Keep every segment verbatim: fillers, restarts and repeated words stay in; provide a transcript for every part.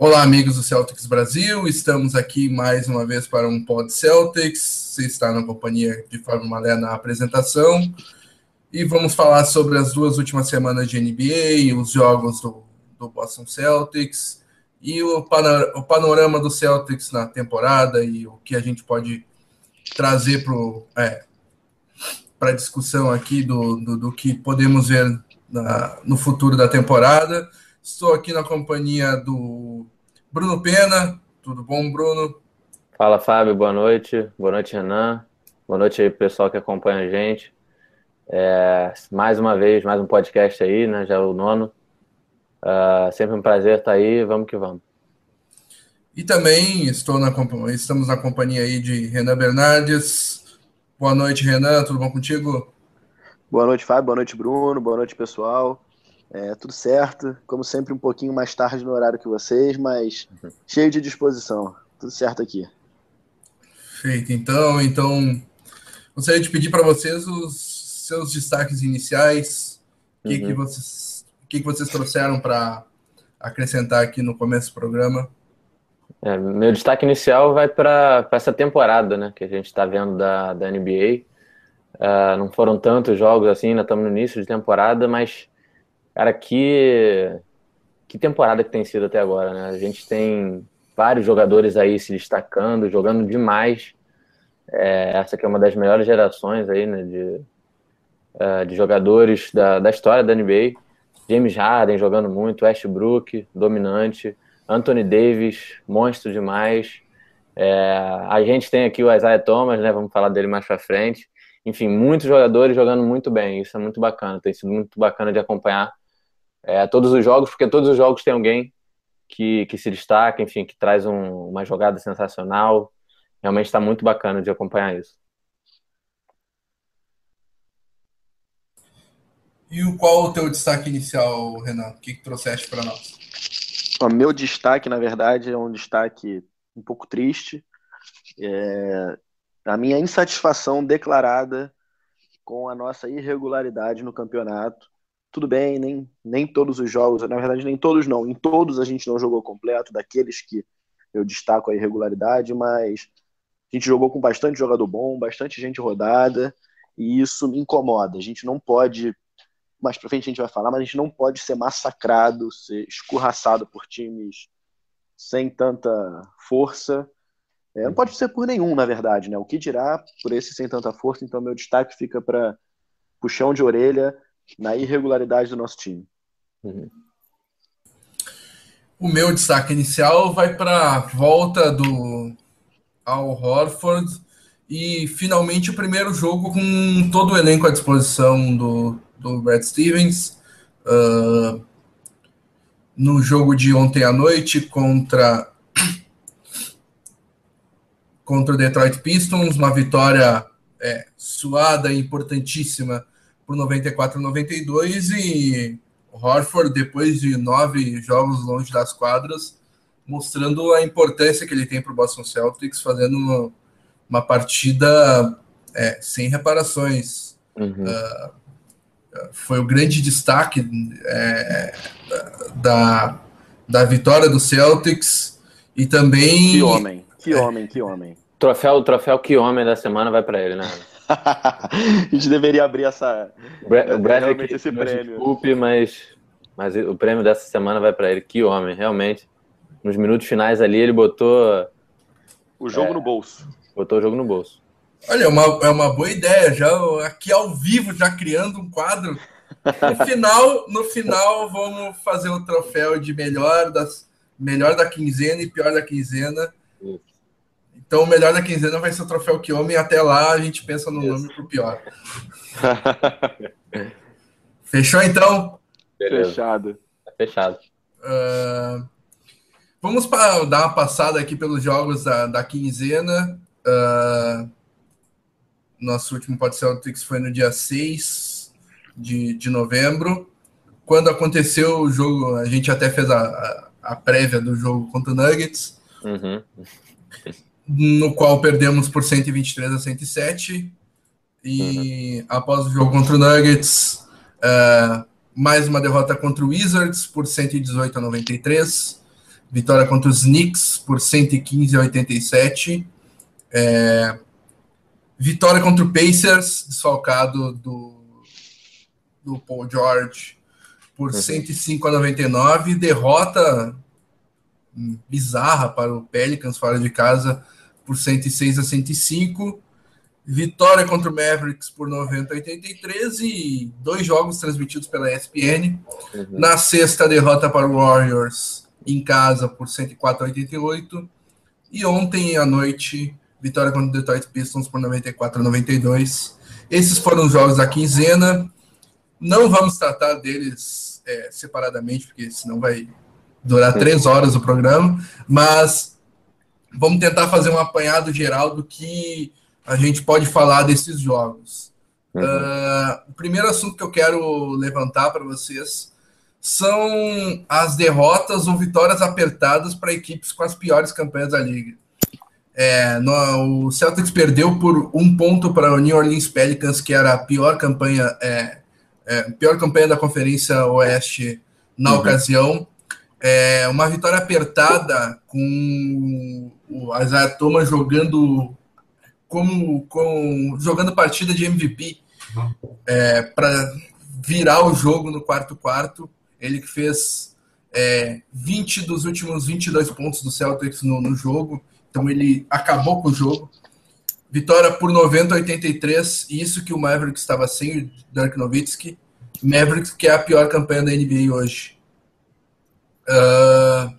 Olá, amigos do Celtics Brasil, estamos aqui mais uma vez para um Pod Celtics. Você está na companhia de Fábio Malé na apresentação e vamos falar sobre as duas últimas semanas de N B A, os jogos do, do Boston Celtics e o, panor- o panorama do Celtics na temporada e o que a gente pode trazer para a discussão aqui do, do, do que podemos ver na, no futuro da temporada. Estou aqui na companhia do Bruno Pena. Tudo bom, Bruno? Fala, Fábio. Boa noite. Boa noite, Renan. Boa noite aí, pessoal que acompanha a gente. É, mais uma vez, mais um podcast aí, né? Já é o nono. Uh, sempre um prazer estar aí. Vamos que vamos. E também estou na, estamos na companhia aí de Renan Bernardes. Boa noite, Renan. Tudo bom contigo? Boa noite, Fábio. Boa noite, Bruno. Boa noite, pessoal. É, tudo certo, como sempre um pouquinho mais tarde no horário que vocês, mas uhum. cheio de disposição, tudo certo aqui. Feito, então, então gostaria de pedir para vocês os seus destaques iniciais, o uhum. que, que, vocês, que, que vocês trouxeram para acrescentar aqui no começo do programa. É, meu destaque inicial vai para essa temporada, né, que a gente está vendo da, da N B A. Uh, não foram tantos jogos assim, ainda estamos no início de temporada, mas cara, que, que temporada que tem sido até agora, né? A gente tem vários jogadores aí se destacando, jogando demais. É, essa aqui é uma das melhores gerações aí, né, de, uh, de jogadores da, da história da N B A. James Harden jogando muito, Westbrook, dominante, Anthony Davis, monstro demais. É, a gente tem aqui o Isaiah Thomas, né? Vamos falar dele mais pra frente. Enfim, muitos jogadores jogando muito bem. Isso é muito bacana, tem sido muito bacana de acompanhar. É, todos os jogos, porque todos os jogos tem alguém que, que se destaca, enfim, que traz um, uma jogada sensacional. Realmente está muito bacana de acompanhar isso. E o, qual o teu destaque inicial, Renan? O que, que trouxeste para nós? O meu destaque, na verdade, é um destaque um pouco triste. É a minha insatisfação declarada com a nossa irregularidade no campeonato. Tudo bem, nem, nem todos os jogos, na verdade nem todos não, em todos a gente não jogou completo, daqueles que eu destaco a irregularidade, mas a gente jogou com bastante jogador bom, bastante gente rodada, e isso me incomoda. A gente não pode, mais pra frente a gente vai falar, mas a gente não pode ser massacrado, ser escorraçado por times sem tanta força. É, não pode ser por nenhum, na verdade, né? O que dirá por esse sem tanta força, então meu destaque fica para puxão de orelha na irregularidade do nosso time. Uhum. O meu destaque inicial vai para a volta do Al Horford e finalmente o primeiro jogo com todo o elenco à disposição do, do Brad Stevens. Uh, no jogo de ontem à noite contra contra o Detroit Pistons, uma vitória é, suada e importantíssima por noventa e quatro a noventa e dois, e o Horford, depois de nove jogos longe das quadras, mostrando a importância que ele tem para o Boston Celtics, fazendo uma, uma partida é, sem reparações. Uhum. Uh, foi o grande destaque é, da, da vitória do Celtics e também... Que homem, que homem, que homem. Troféu, o troféu que homem da semana vai para ele, né? A gente deveria abrir essa... O Bradley, esse prêmio. Desculpe, mas, mas o prêmio dessa semana vai para ele. Que homem, realmente. Nos minutos finais ali, ele botou... O jogo é, no bolso. Botou o jogo no bolso. Olha, é uma, é uma boa ideia, já aqui ao vivo, já criando um quadro. No final, no final vamos fazer o troféu de melhor, das, melhor da quinzena e pior da quinzena. Isso. Então, o melhor da quinzena vai ser o troféu que homem, até lá a gente pensa no Isso. nome pro pior. Fechou, então? Beleza. Fechado. Tá fechado. Uh, vamos pra, dar uma passada aqui pelos jogos da, da quinzena. Uh, nosso último Pod Celtics foi no dia seis de, de novembro. Quando aconteceu o jogo, a gente até fez a, a, a prévia do jogo contra o Nuggets. Uhum. No qual perdemos por cento e vinte e três a cento e sete, e uhum. após o jogo contra o Nuggets, uh, mais uma derrota contra o Wizards por cento e dezoito a noventa e três, vitória contra os Knicks por cento e quinze a oitenta e sete. É, vitória contra o Pacers, desfalcado do, do Paul George, por uhum. cento e cinco a noventa e nove. Derrota bizarra para o Pelicans fora de casa por cento e seis a cento e cinco. Vitória contra o Mavericks por noventa a oitenta e três e dois jogos transmitidos pela E S P N. Uhum. Na sexta, derrota para o Warriors em casa por cento e quatro a oitenta e oito. E ontem à noite, vitória contra o Detroit Pistons por noventa e quatro a noventa e dois. Esses foram os jogos da quinzena. Não vamos tratar deles é, separadamente, porque senão vai durar três horas o programa, mas vamos tentar fazer um apanhado geral do que a gente pode falar desses jogos. Uhum. Uh, o primeiro assunto que eu quero levantar para vocês são as derrotas ou vitórias apertadas para equipes com as piores campanhas da liga. É, no, o Celtics perdeu por um ponto para o New Orleans Pelicans, que era a pior campanha, é, é, pior campanha da Conferência Oeste na uhum. ocasião. É, uma vitória apertada com o Isaiah Thomas jogando como, com, jogando partida de M V P é, para virar o jogo no quarto quarto. Ele que fez é, vinte dos últimos vinte e dois pontos do Celtics no, no jogo. Então ele acabou com o jogo. Vitória por noventa a oitenta e três. Isso que o Mavericks estava sem o Dirk Nowitzki. Mavericks que é a pior campanha da N B A hoje. Uh,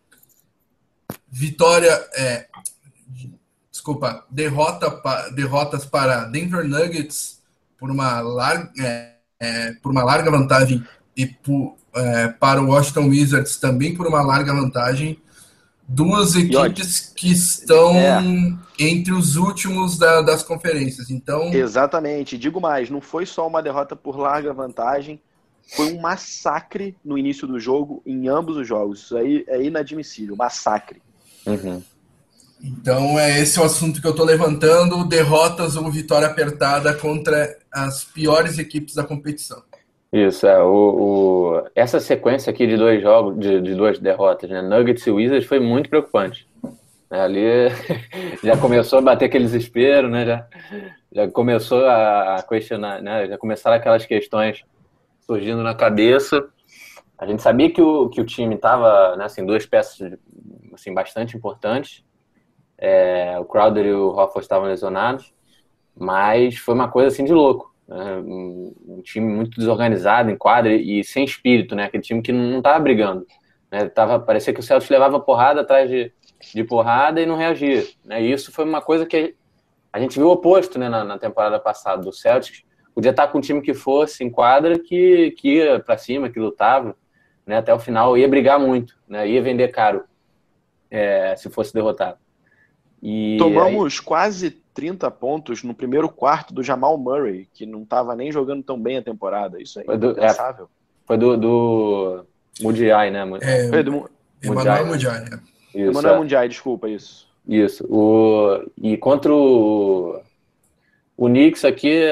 vitória é, desculpa, derrota pa, derrotas para Denver Nuggets por uma larga, é, é, por uma larga vantagem e por, é, para o Washington Wizards também por uma larga vantagem. Duas equipes que estão é. entre os últimos da, das conferências. Então, exatamente. Digo mais, não foi só uma derrota por larga vantagem. Foi um massacre no início do jogo, em ambos os jogos. Isso aí é inadmissível, massacre. Uhum. Então, é esse o assunto que eu estou levantando, derrotas ou vitória apertada contra as piores equipes da competição. Isso, é. O, o... Essa sequência aqui de dois jogos, de, de duas derrotas, né? Nuggets e Wizards, foi muito preocupante. Ali já começou a bater aquele desespero, né? Já, já começou a questionar, né? Já começaram aquelas questões surgindo na cabeça. A gente sabia que o, que o time estava, né, assim, duas peças assim, bastante importantes. É, o Crowder e o Horford estavam lesionados, mas foi uma coisa assim de louco, né? um, um time muito desorganizado em quadra e sem espírito, né? Aquele time que não estava brigando, né? Tava, parecia que o Celtics levava porrada atrás de, de porrada e não reagia, né? E isso foi uma coisa que a gente viu o oposto, né, na, na temporada passada do Celtics. Podia estar com um time que fosse em quadra, que, que ia para cima, que lutava, né, até o final, ia brigar muito, né, ia vender caro é, se fosse derrotado. E tomamos aí... quase trinta pontos no primeiro quarto do Jamal Murray, que não estava nem jogando tão bem a temporada. Isso é impensável. É, foi do, do Mudiay, né? É, foi do Emmanuel Mudiay. Né? Emmanuel Mudiay, desculpa, isso. Isso. O... E contra o... O Knicks aqui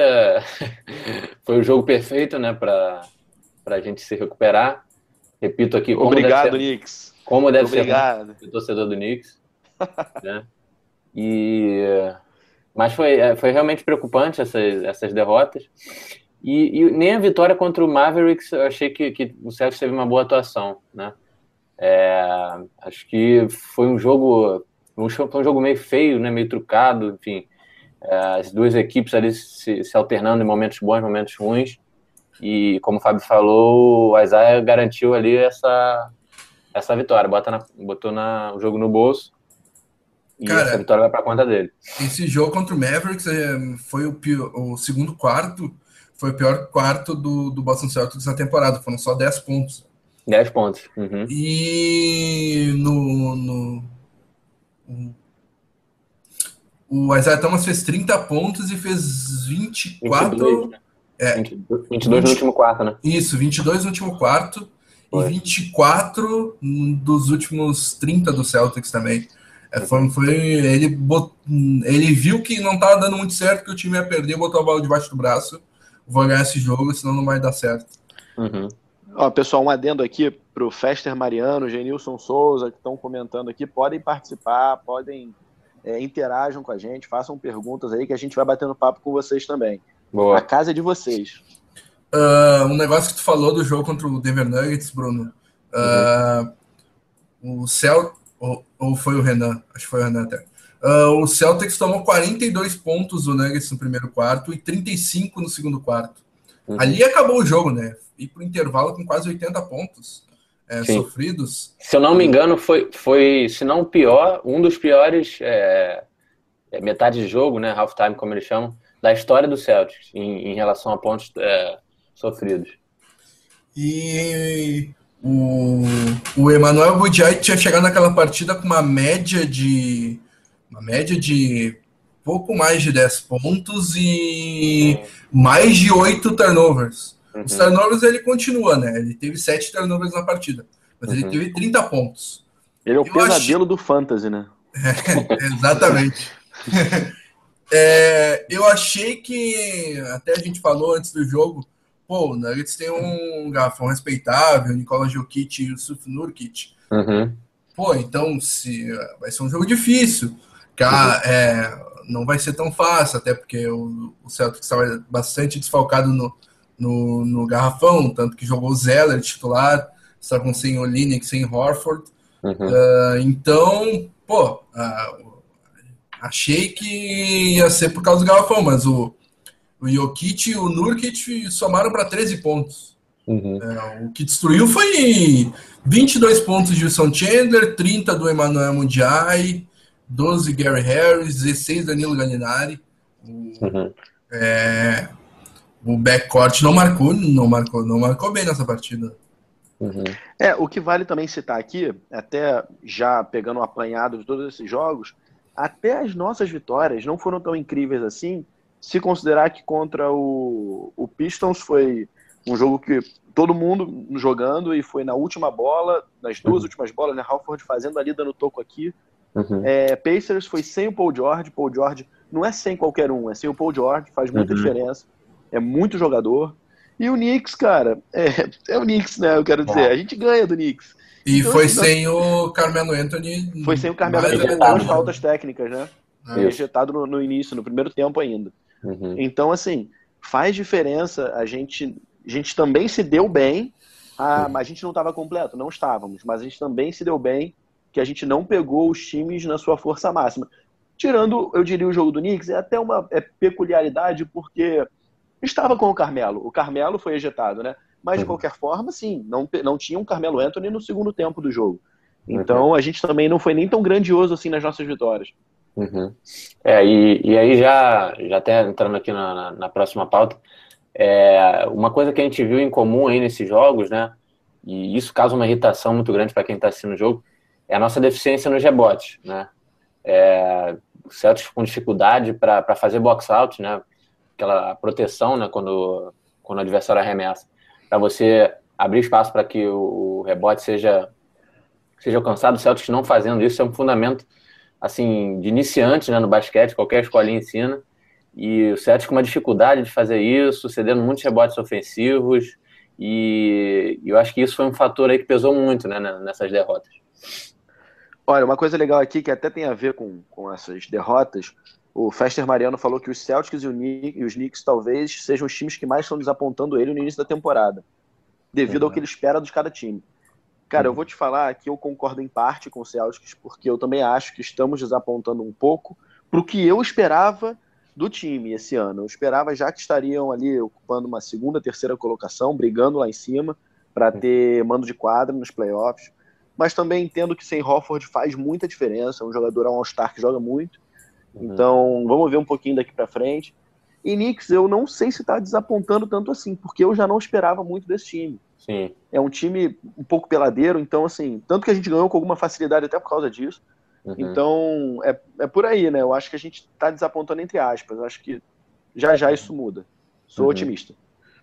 foi o jogo perfeito, né, para a gente se recuperar. Repito aqui, como obrigado, deve ser, Knicks. Como deve obrigado. ser o torcedor do Knicks, né? E mas foi, foi realmente preocupante essas, essas derrotas. E, e nem a vitória contra o Mavericks, eu achei que, que o Celtics teve uma boa atuação, né? É, acho que foi um jogo, um, foi um jogo meio feio, né, meio trucado, enfim. As duas equipes ali se, se alternando em momentos bons, momentos ruins. E, como o Fábio falou, o Isaiah garantiu ali essa, essa vitória. Bota na, botou na, o jogo no bolso. E Cara, essa vitória vai para conta dele. Esse jogo contra o Mavericks foi o, pior, o segundo quarto. Foi o pior quarto do, do Boston Celtics na temporada. Foram só dez pontos. dez pontos. Uhum. E no... no o Isaiah Thomas fez trinta pontos e fez vinte e quatro... vinte e dois, né? É, vinte e dois vinte, no último quarto, né? Isso, vinte e dois no último quarto. Foi. E vinte e quatro dos últimos trinta do Celtics também. É, foi, foi, ele, bot, ele viu que não estava dando muito certo, que o time ia perder, botou a bola debaixo do braço. Vou ganhar esse jogo, senão não vai dar certo. Uhum. Ó, pessoal, um adendo aqui para o Fester Mariano, Genilson Souza, que estão comentando aqui. Podem participar, podem é, interajam com a gente, façam perguntas aí que a gente vai batendo papo com vocês também. Boa. A casa é de vocês. Uh, um negócio que tu falou do jogo contra o Denver Nuggets, Bruno. Uh, uhum. O Cel... Ou, ou foi o Renan? Acho que foi o Renan até. Uh, o Celtics tomou quarenta e dois pontos do Nuggets no primeiro quarto e trinta e cinco no segundo quarto. Uhum. Ali acabou o jogo, né? E pro intervalo com quase oitenta pontos é, sofridos. Se eu não me engano, foi, foi se não o pior, um dos piores é, é, metade de jogo, né? Halftime, como eles chamam, da história do Celtics em, em relação a pontos é, sofridos. E o, o Emmanuel Mudiay tinha chegado naquela partida com uma média de uma média de pouco mais de dez pontos e Sim. mais de oito turnovers. Uhum. Os turnovers ele continua, né? Ele teve sete turnovers na partida, mas uhum. ele teve trinta pontos. Ele é o Eu pesadelo achei... do fantasy, né? É, exatamente. é, eu achei que, até a gente falou antes do jogo, pô, o Nuggets tem um garrafão respeitável, Nikola Jokic e Yusuf Nurkic. Uhum. Pô, então se, vai ser um jogo difícil. Cara, uhum. é, não vai ser tão fácil, até porque o, o Celtics estava bastante desfalcado no, no, no garrafão, tanto que jogou o Zeller titular, estavam sem o Olynyk, sem Horford. Uhum. Uh, então, pô, uh, achei que ia ser por causa do garrafão, mas o, o Jokic e o Nurkic somaram para treze pontos. Uhum. Uh, o que destruiu foi vinte e dois pontos de Wilson Chandler, trinta do Emmanuel Mudiay, doze Gary Harris, dezesseis Danilo Gallinari. O, uhum. é, o backcourt não marcou, não marcou, não marcou bem nessa partida. Uhum. É, o que vale também citar aqui, até já pegando o apanhado de todos esses jogos, até as nossas vitórias não foram tão incríveis assim, se considerar que contra o, o Pistons foi um jogo que todo mundo jogando e foi na última bola, nas duas uhum. últimas bolas, né, Halford fazendo ali, dando toco aqui. Uhum. É, Pacers foi sem o Paul George. Paul George não é sem qualquer um, é sem o Paul George, faz muita uhum. diferença, é muito jogador. E o Knicks, cara, é, é o Knicks, né? Eu quero dizer, a gente ganha do Knicks. E então, foi assim, sem o Carmelo Anthony. Foi sem o Carmelo Anthony, com duas faltas técnicas, né? Foi ejetado no, no início, no primeiro tempo ainda. Uhum. Então, assim, faz diferença. A gente, a gente também se deu bem, a, a gente não estava completo, não estávamos, mas a gente também se deu bem, que a gente não pegou os times na sua força máxima. Tirando, eu diria, o jogo do Knicks, é até uma é peculiaridade, porque estava com o Carmelo. O Carmelo foi ejetado, né? Mas, de qualquer forma, sim, não, não tinha um Carmelo Anthony no segundo tempo do jogo. Então, a gente também não foi nem tão grandioso assim nas nossas vitórias. Uhum. É, e, e aí já, já até entrando aqui na, na, na próxima pauta, é, uma coisa que a gente viu em comum aí nesses jogos, né? E isso causa uma irritação muito grande para quem está assistindo o jogo, é a nossa deficiência nos rebotes, né? É, o Celtics com dificuldade para fazer box-out, né? Aquela proteção, né? Quando, quando o adversário arremessa, para você abrir espaço para que o, o rebote seja, seja alcançado. O Celtics não fazendo isso é um fundamento assim, de iniciante, né, no basquete, qualquer escolinha ensina. E o Celtics com uma dificuldade de fazer isso, cedendo muitos rebotes ofensivos. E eu acho que isso foi um fator aí que pesou muito, né, nessas derrotas. Olha, uma coisa legal aqui que até tem a ver com, com essas derrotas, o Fester Mariano falou que os Celtics e, o Nick, e os Knicks talvez sejam os times que mais estão desapontando ele no início da temporada, devido uhum. ao que ele espera de cada time. Cara, uhum. eu vou te falar que eu concordo em parte com o Celtics, porque eu também acho que estamos desapontando um pouco pro que eu esperava do time esse ano. Eu esperava já que estariam ali ocupando uma segunda, terceira colocação, brigando lá em cima para ter mando de quadra nos playoffs. Mas também entendo que sem Horford faz muita diferença. É um jogador all-star que joga muito. Uhum. Então, vamos ver um pouquinho daqui para frente. E Knicks, eu não sei se está desapontando tanto assim, porque eu já não esperava muito desse time. Sim. É um time um pouco peladeiro, então, assim, tanto que a gente ganhou com alguma facilidade até por causa disso. Uhum. Então, é, é por aí, né? Eu acho que a gente está desapontando entre aspas. Eu acho que já já isso muda. Sou uhum. otimista.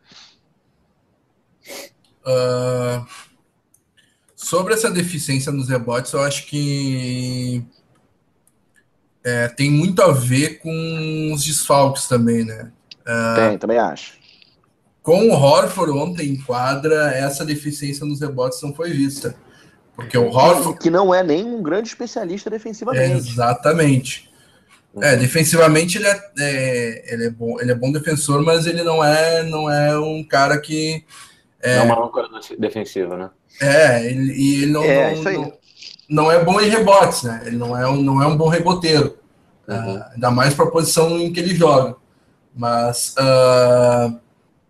Uh, sobre essa deficiência nos rebotes, eu acho que é, tem muito a ver com os desfalques também, né? Uh, tem, também acho. com o Horford ontem em quadra, essa deficiência nos rebotes não foi vista. Porque o Horford... Que não é nem um grande especialista defensivamente. Exatamente. É, defensivamente ele é, é, ele é bom, ele é bom defensor, mas ele não é, não é um cara que... É, não é uma âncora defensiva, né? É, ele, e ele não é, não, isso aí. não, não é bom em rebotes, né? Ele não é um, não é um bom reboteiro. Uhum. Uh, ainda mais para a posição em que ele joga. Mas uh,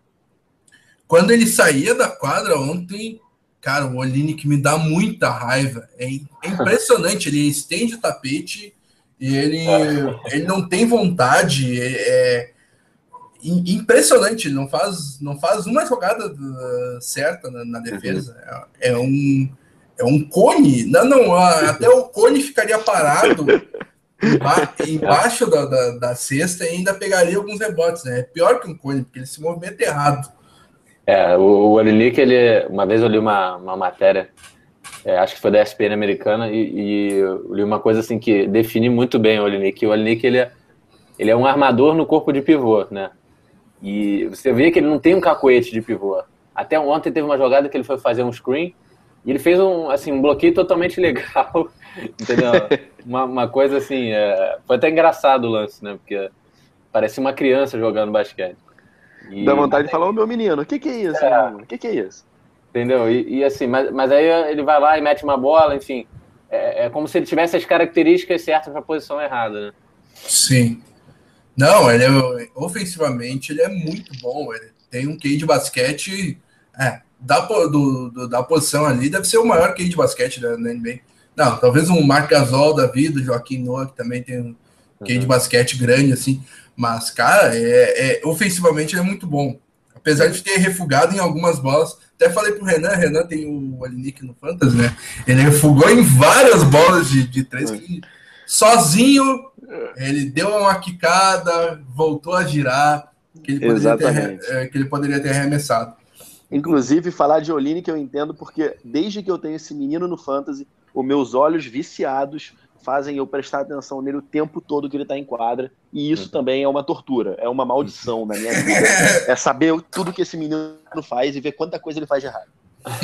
quando ele saía da quadra ontem, cara, o Olynyk me dá muita raiva. É, é impressionante, ele estende o tapete e ele, ele não tem vontade. É, é impressionante, ele não faz, não faz uma jogada certa na, na defesa. Uhum. É, é, um, é um cone. Não, não, até o cone ficaria parado emba embaixo da, da, da cesta e ainda pegaria alguns rebotes. Né? É pior que um cone, porque ele se movimenta errado. É, o, o Olynyk, ele, uma vez eu li uma, uma matéria, é, acho que foi da E S P N americana, e, e eu li uma coisa assim que define muito bem o Olynyk. O Olynyk, ele é, ele é um armador no corpo de pivô, né? E você vê que ele não tem um cacoete de pivô. Até ontem teve uma jogada que ele foi fazer um screen e ele fez um, assim, um bloqueio totalmente legal, entendeu? Uma, uma coisa assim, é... foi até engraçado o lance, né? Porque parecia uma criança jogando basquete. E... Dá vontade de falar, ô meu menino, o que que é isso? É... O que que é isso? Entendeu? E, e assim, mas, mas aí ele vai lá e mete uma bola, enfim. É, é como se ele tivesse as características certas para a posição errada, né? Sim. Não, ele é, ofensivamente ele é muito bom. Ele tem um Q I de basquete. É, da, do, do, da posição ali, deve ser o maior Q I de basquete da, da N B A. Não, talvez um Marc Gasol da vida, Joaquim Noah, que também tem um Q I uhum. de basquete grande, assim. Mas, cara, é, é, ofensivamente ele é muito bom. Apesar de ter refugado em algumas bolas. Até falei pro Renan, Renan tem o Olynyk no Fantasy, né? Ele refugou em várias bolas de, de três uhum. que sozinho. Ele deu uma quicada, voltou a girar, que ele poderia, ter, que ele poderia ter arremessado. Inclusive, falar de Olynyk eu entendo porque desde que eu tenho esse menino no Fantasy, os meus olhos viciados fazem eu prestar atenção nele o tempo todo que ele está em quadra, e isso também é uma tortura, é uma maldição na minha vida. É saber tudo que esse menino faz e ver quanta coisa ele faz de errado.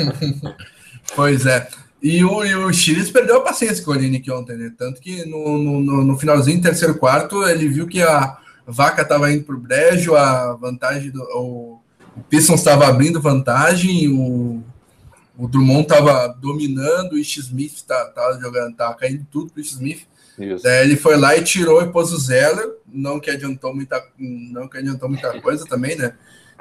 Pois é. E o, e o Chiles perdeu a paciência com o Olynyk ontem, né? Tanto que no, no, no finalzinho, terceiro quarto, ele viu que a vaca estava indo para o brejo, a vantagem do. O, o Pistons estava abrindo vantagem, o, o Drummond estava dominando, o Ish Smith estava jogando, tava caindo tudo para o Ish Smith. Isso. Daí ele foi lá e tirou e pôs o Zeller, não que adiantou muita, não que adiantou muita coisa também, né?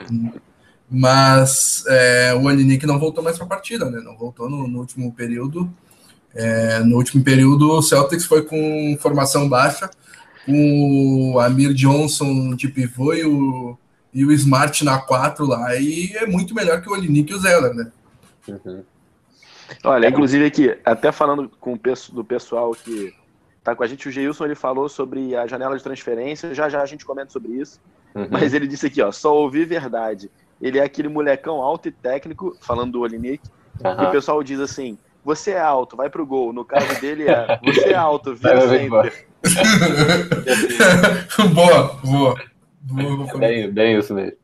Mas é, o Olynyk não voltou mais para a partida, né? Não voltou no, no último período. É, no último período, o Celtics foi com formação baixa, com o Amir Johnson de pivô e o, e o Smart na quatro lá, e é muito melhor que o Olynyk e o Zeller, né? Uhum. Olha, inclusive aqui, até falando com o do pessoal que tá com a gente, o Geilson, ele falou sobre a janela de transferência, já já a gente comenta sobre isso, uhum. Mas ele disse aqui, ó, só ouvi verdade. Ele é aquele molecão alto e técnico, falando do Olynyk, uhum. E o pessoal diz assim, você é alto, vai pro gol. No caso dele é, você é alto, vira center. Boa, boa. boa é bem, bem isso mesmo.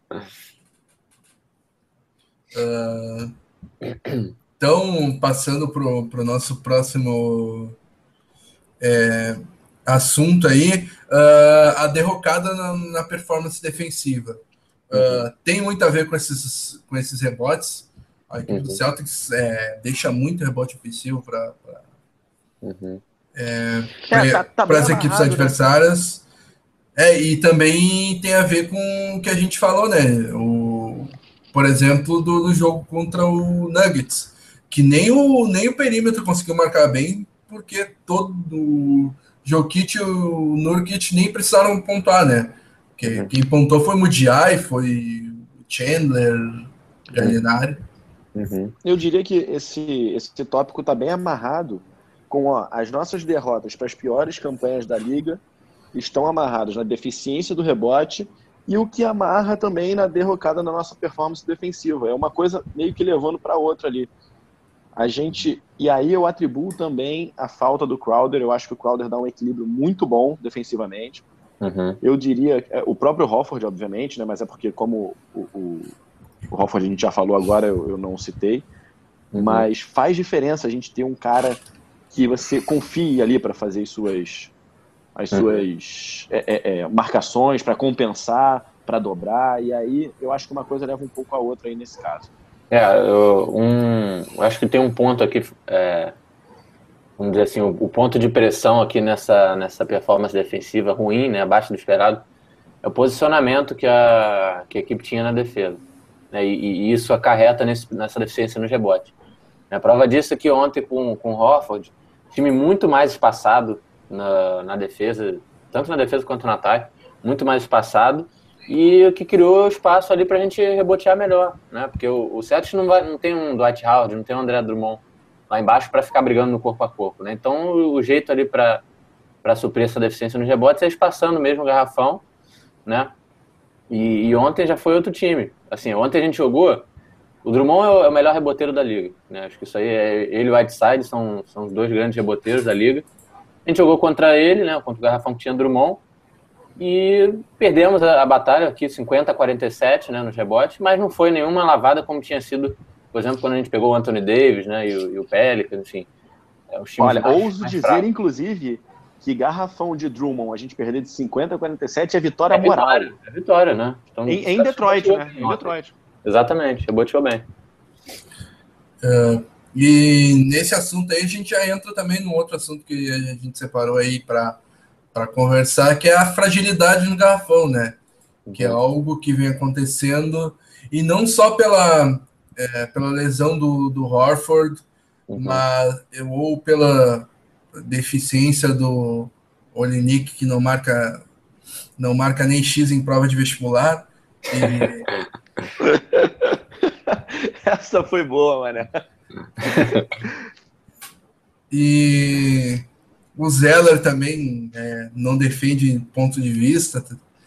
Uh, então, passando pro, pro nosso próximo é, assunto aí, uh, a derrocada na, na performance defensiva. Uh, uhum. Tem muito a ver com esses, com esses rebotes. A equipe uhum. do Celtics é, deixa muito rebote ofensivo para uhum. é, é, tá, tá as equipes adversárias. Né? É, e também tem a ver com o que a gente falou, né? O, por exemplo, do, do jogo contra o Nuggets, que nem o, nem o perímetro conseguiu marcar bem, porque todo o Jokic e o Nurkic nem precisaram pontuar, né? Quem, uhum. quem pontou foi o Mudiay, foi o Chandler, Gallinari. Uhum. Eu diria que esse, esse tópico está bem amarrado com ó, as nossas derrotas para as piores campanhas da liga estão amarradas na deficiência do rebote e o que amarra também na derrocada na nossa performance defensiva. É uma coisa meio que levando para outra ali. A gente, e aí eu atribuo também a falta do Crowder. Eu acho que o Crowder dá um equilíbrio muito bom defensivamente. Uhum. Eu diria, o próprio Horford, obviamente, né, mas é porque como o, o, O Horford a gente já falou agora, eu, eu não citei. Uhum. Mas faz diferença a gente ter um cara que você confie ali para fazer as suas, as suas uhum. é, é, é, marcações, para compensar, para dobrar. E aí eu acho que uma coisa leva um pouco a outra aí nesse caso. É, eu, um, eu acho que tem um ponto aqui, é, vamos dizer assim, o, o ponto de pressão aqui nessa, nessa performance defensiva ruim, né, abaixo do esperado, é o posicionamento que a, que a equipe tinha na defesa. Né, e, e isso acarreta nesse, nessa deficiência nos rebotes. A prova disso é que ontem com, com o Horford, time muito mais espaçado na, na defesa, tanto na defesa quanto no ataque, muito mais espaçado, e o que criou espaço ali pra gente rebotear melhor, né? Porque o, o Celtics não, vai, não tem um Dwight Howard, não tem um André Drummond lá embaixo para ficar brigando no corpo a corpo, né? Então o, o jeito ali para para suprir essa deficiência nos rebotes é espaçando mesmo o garrafão, né? E, e ontem já foi outro time. Assim, ontem a gente jogou, o Drummond é o, é o melhor reboteiro da liga, né? Acho que isso aí é ele e o Whiteside são, são os dois grandes reboteiros da liga. A gente jogou contra ele, né? Contra o garrafão que tinha Drummond. E perdemos a, a batalha aqui, cinquenta a quarenta e sete, né, nos rebotes, mas não foi nenhuma lavada como tinha sido, por exemplo, quando a gente pegou o Anthony Davis, né, e o, e o Pelicans, enfim. É, os times Olha, mais, ouso mais dizer, fracos. Inclusive, que garrafão de Drummond a gente perder de cinquenta a quarenta e sete é vitória é moral. Vitória, é vitória, né? Então, em, em Detroit, né? Em Detroit. Exatamente, reboteou bem. Uh, e nesse assunto aí a gente já entra também no outro assunto que a gente separou aí para para conversar, que é a fragilidade no garrafão, né? Uhum. Que é algo que vem acontecendo, e não só pela, é, pela lesão do, do Horford, uhum. mas, ou pela deficiência do Olynyk, que não marca, não marca nem X em prova de vestibular. E... Essa foi boa, mano. E... o Zeller também é, não defende ponto de vista.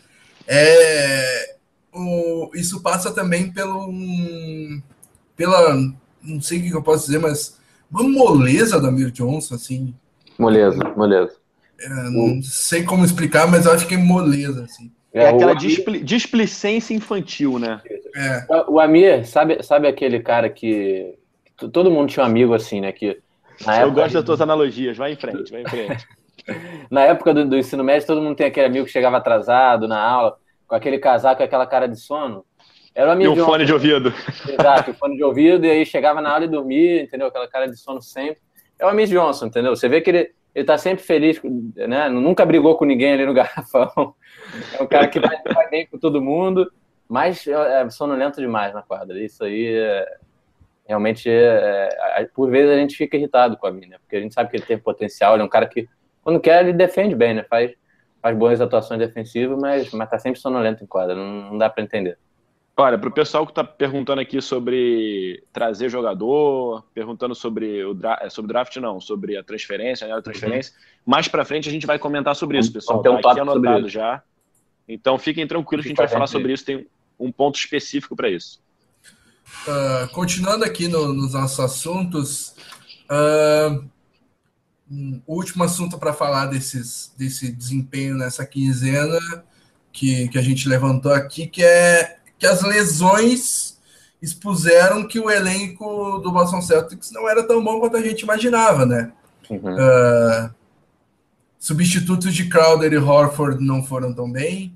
É, o, isso passa também pelo um, pela, não sei o que eu posso dizer, mas uma moleza da Amir Johnson, assim. Moleza, moleza. É, não o... sei como explicar, mas eu acho que é moleza, assim. É, é aquela o... displi... displicência infantil, né? É. O Amir, sabe, sabe aquele cara que... Todo mundo tinha um amigo assim, né? Que na eu época gosto das tuas analogias, vai em frente, vai em frente. Na época do, do ensino médio, todo mundo tem aquele amigo que chegava atrasado na aula, com aquele casaco e aquela cara de sono. Era um amigo e um de fone de ouvido. Exato, um fone de ouvido, e aí chegava na aula e dormia, entendeu? Aquela cara de sono sempre. É o Amir Johnson, entendeu? Você vê que ele, ele tá sempre feliz, né? Nunca brigou com ninguém ali no garrafão. É um cara que vai, vai bem com todo mundo, mas é sonolento demais na quadra. Isso aí é... Realmente, é, por vezes a gente fica irritado com a Amir, né? Porque a gente sabe que ele tem potencial, ele é um cara que, quando quer, ele defende bem, né? Faz, faz boas atuações defensivas, mas, mas tá sempre sonolento em quadra, não, não dá para entender. Olha, para o pessoal que tá perguntando aqui sobre trazer jogador, perguntando sobre o draft, sobre draft não, sobre a transferência, né? A transferência, uhum. Mais para frente a gente vai comentar sobre isso, pessoal. Tá um aqui anotado já. Então fiquem tranquilos que a gente vai falar sobre isso, tem um ponto específico para isso. Uh, continuando aqui no, nos nossos assuntos, uh, um último assunto para falar desses, desse desempenho nessa quinzena que, que a gente levantou aqui, que é que as lesões expuseram que o elenco do Boston Celtics não era tão bom quanto a gente imaginava, né? Uhum. Uh, substitutos de Crowder e Horford não foram tão bem.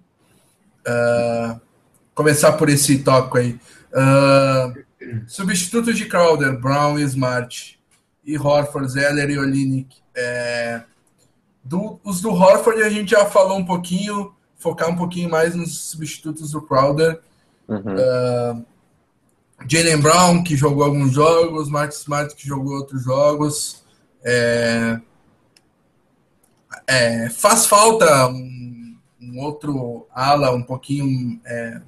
Uh, começar por esse tópico aí. Uh, substitutos de Crowder, Brown e Smart, e Horford, Zeller e Olynyk. É, do, os do Horford a gente já falou um pouquinho, focar um pouquinho mais nos substitutos do Crowder. Uhum. Uh, Jaylen Brown, que jogou alguns jogos, Marcus Smart, que jogou outros jogos. É, é, faz falta um, um outro ala um pouquinho... É,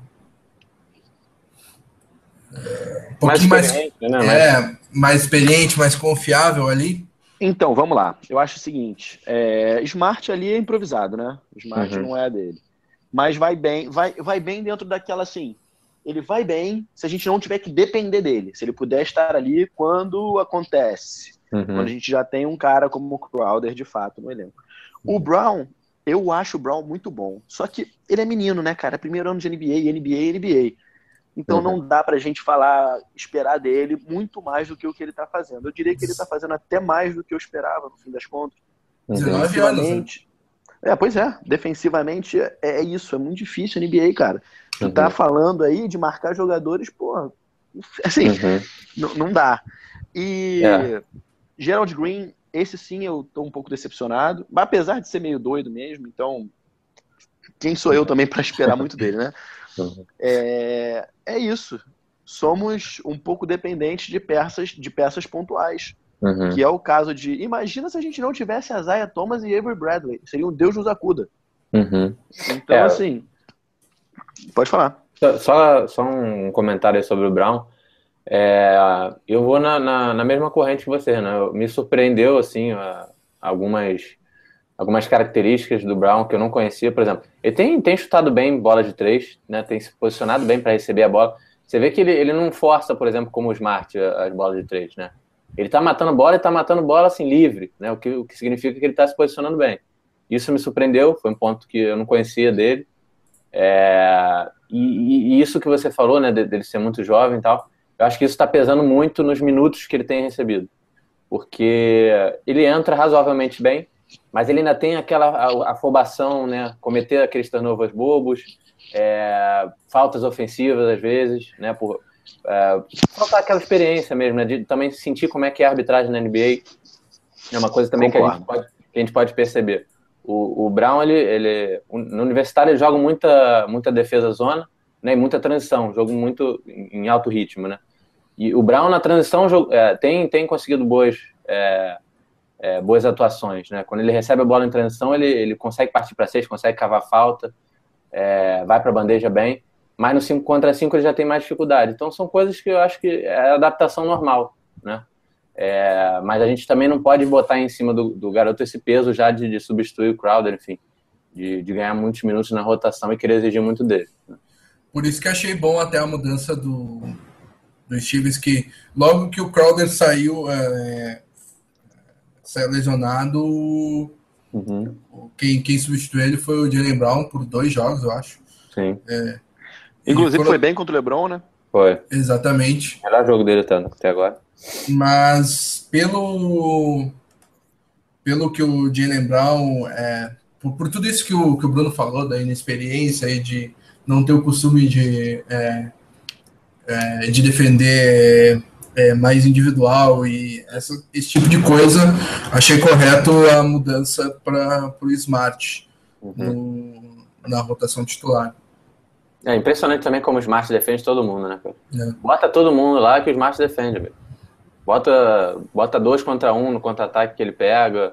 um pouquinho mais, mais, né? é, mais experiente, mais confiável ali. Então, vamos lá. Eu acho o seguinte, é, Smart ali é improvisado, né? Smart uhum. não é dele. Mas vai bem, vai, vai bem dentro daquela assim, ele vai bem se a gente não tiver que depender dele, se ele puder estar ali quando acontece, uhum. quando a gente já tem um cara como o Crowder de fato no elenco. Uhum. O Brown, eu acho o Brown muito bom, só que ele é menino, né, cara? Primeiro ano de N B A, N B A, N B A. Então Uhum. não dá pra gente falar, esperar dele muito mais do que o que ele tá fazendo. Eu diria que ele tá fazendo até mais do que eu esperava, no fim das contas. Uhum. dezenove anos, né? Defensivamente. É, pois é. Defensivamente é, é isso. É muito difícil a N B A, cara. Tu Uhum. tá falando aí de marcar jogadores, pô. Assim, Uhum. não, não dá. E É. Gerald Green, esse sim eu tô um pouco decepcionado. Mas apesar de ser meio doido mesmo, então quem sou eu também pra esperar muito dele, né? Uhum. É, é isso. Somos um pouco dependentes de peças, de peças pontuais. Uhum. Que é o caso de... Imagina se a gente não tivesse Isaiah Thomas e Avery Bradley. Seria um Deus nos acuda. Uhum. Então, É. assim... Pode falar. Só, só, só um comentário aí sobre o Brown. É, eu vou na, na, na mesma corrente que você, né? Me surpreendeu, assim, a- algumas, algumas características do Brown que eu não conhecia. Por exemplo, ele tem, tem chutado bem bola de três, né? Tem se posicionado bem para receber a bola. Você vê que ele, ele não força, por exemplo, como o Smart, as bolas de três, né? Ele tá matando bola e tá matando bola, assim, livre, né? O que, o que significa que ele tá se posicionando bem. Isso me surpreendeu, foi um ponto que eu não conhecia dele. É, e, e isso que você falou, né, dele ser muito jovem e tal, eu acho que isso está pesando muito nos minutos que ele tem recebido, porque ele entra razoavelmente bem, mas ele ainda tem aquela afobação, né, cometer aqueles turnovers bobos, é, faltas ofensivas às vezes, né, por é, faltar aquela experiência mesmo, né, de também sentir como é que é a arbitragem na N B A, é uma coisa também que a gente pode, que a gente pode perceber. O, o Brown, ele, ele, no universitário, ele joga muita, muita defesa zona, né, e muita transição, jogo muito em, em alto ritmo, né? E o Brown, na transição, é, tem, tem conseguido boas, é, é, boas atuações, né? Quando ele recebe a bola em transição, ele, ele consegue partir para seis, consegue cavar falta, é, vai para a bandeja bem, mas no cinco contra cinco ele já tem mais dificuldade. Então, são coisas que eu acho que é adaptação normal, né? É, mas a gente também não pode botar em cima do, do garoto esse peso já de, de substituir o Crowder, enfim, de, de ganhar muitos minutos na rotação e querer exigir muito dele. Por isso que achei bom até a mudança do, do Stevens, que logo que o Crowder saiu, é, saiu lesionado, Uhum. quem, quem substituiu ele foi o Jaylen Brown por dois jogos, eu acho. Sim. É, Inclusive foram... foi bem contra o LeBron, né? Foi. Exatamente. Melhor jogo dele tanto até agora. Mas pelo, pelo que o Jaylen Brown, é, por, por tudo isso que o, que o Bruno falou, da inexperiência e de não ter o costume de, é, é, de defender é, mais individual e essa, esse tipo de coisa, achei correto a mudança para o Smart Uhum. no, na rotação titular. É impressionante também como o Smart defende todo mundo, né, cara? É. Bota todo mundo lá que o Smart defende, velho. Bota, bota dois contra um no contra-ataque que ele pega,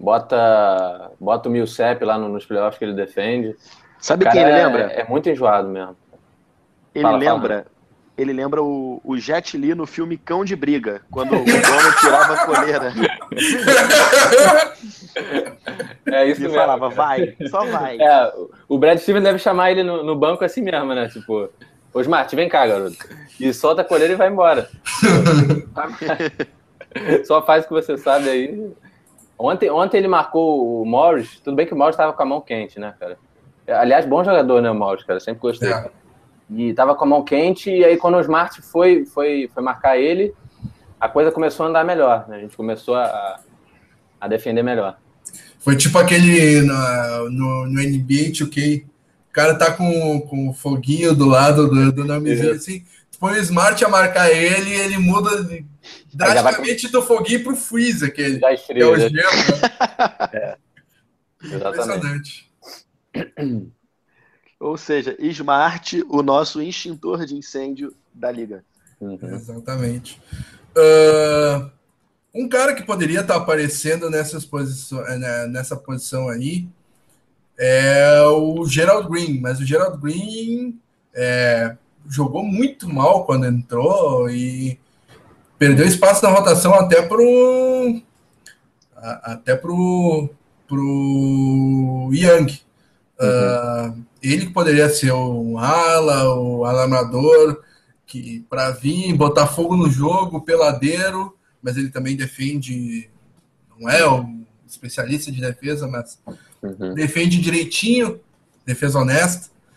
bota, bota o Millsap lá no, nos playoffs que ele defende. Sabe Cara, quem ele é, lembra? É muito enjoado mesmo. Ele Fala, lembra... fala. Ele lembra o, o Jet Li no filme Cão de Briga, quando o dono tirava a coleira. É isso e mesmo. falava, cara. vai, só vai. É, o Brad Stevens deve chamar ele no, no banco assim mesmo, né? Tipo, ô Smart, vem cá, garoto. E solta a coleira e vai embora. Só faz o que você sabe aí. Ontem, ontem ele marcou o Morris. Tudo bem que o Morris tava com a mão quente, né, cara? Aliás, bom jogador, né, o Morris, cara? Sempre gostei. É. E tava com a mão quente, e aí quando o Smart foi, foi, foi marcar ele, a coisa começou a andar melhor, né? A gente começou a, a defender melhor. Foi tipo aquele na, no, no N B A dois K, o cara tá com, com o foguinho do lado do, do nomezinho assim, põe o Smart a marcar ele e ele muda drasticamente vai... do foguinho pro freeze, aquele. Já esfria, é o já... gelo, né? É. Impressionante. Ou seja, Smart, o nosso extintor de incêndio da liga. Uhum. Exatamente. Uh, um cara que poderia estar aparecendo nessas posições, nessa posição aí é o Gerald Green, mas o Gerald Green é, jogou muito mal quando entrou e perdeu espaço na rotação até pro até pro, pro Young. Uhum. Uh, ele poderia ser o ala, o alarmador, que para vir botar fogo no jogo, peladeiro, mas ele também defende, não é um especialista de defesa, mas uhum. defende direitinho, defesa honesta.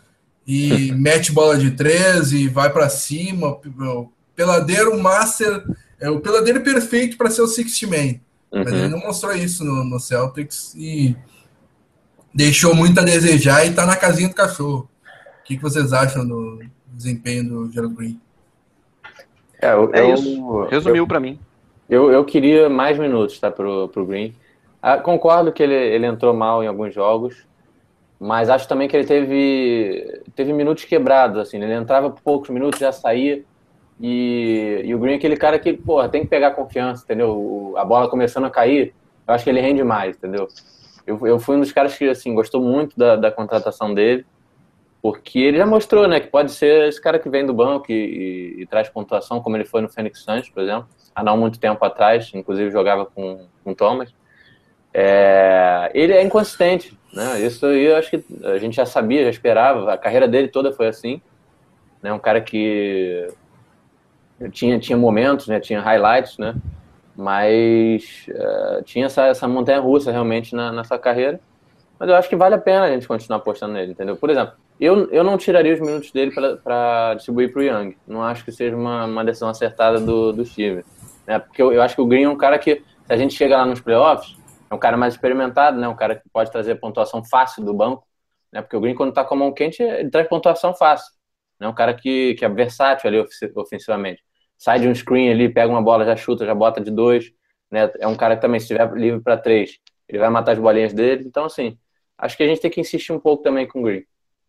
e mete bola de três e vai para cima. O peladeiro master, é o peladeiro perfeito para ser o sixty man. Uhum. Mas ele não mostrou isso no, no Celtics e deixou muito a desejar e tá na casinha do cachorro. O que, que vocês acham do desempenho do Gerald Green? É, eu, é isso. Resumiu para mim. Eu, eu queria mais minutos, tá, pro, pro Green. Ah, concordo que ele, ele entrou mal em alguns jogos, mas acho também que ele teve, teve minutos quebrados, assim, ele entrava por poucos minutos, já saía, e, e o Green é aquele cara que, porra, tem que pegar confiança, entendeu? O, a bola começando a cair, eu acho que ele rende mais, entendeu? Eu, eu fui um dos caras que, assim, gostou muito da, da contratação dele, porque ele já mostrou, né, que pode ser esse cara que vem do banco e, e, e traz pontuação, como ele foi no Phoenix Suns, por exemplo, há não muito tempo atrás, inclusive jogava com o Thomas. É, ele é inconsistente, né? Isso aí eu acho que a gente já sabia, já esperava. A carreira dele toda foi assim, né? Um cara que tinha, tinha momentos, né? Tinha highlights, né? Mas uh, tinha essa, essa montanha-russa realmente na, nessa carreira. Mas eu acho que vale a pena a gente continuar apostando nele, entendeu? Por exemplo, eu, eu não tiraria os minutos dele para distribuir para o Young. Não acho que seja uma, uma decisão acertada do, do Steve, né? Porque eu, eu acho que o Green é um cara que, se a gente chega lá nos playoffs, é um cara mais experimentado, né? Um cara que pode trazer pontuação fácil do banco, né? Porque o Green, quando tá com a mão quente, ele traz pontuação fácil, né? Um cara que, que é versátil ali ofensivamente. Sai de um screen ali, pega uma bola, já chuta, já bota de dois, né? É um cara que também, se estiver livre para três, ele vai matar as bolinhas dele. Então, assim, acho que a gente tem que insistir um pouco também com o Green.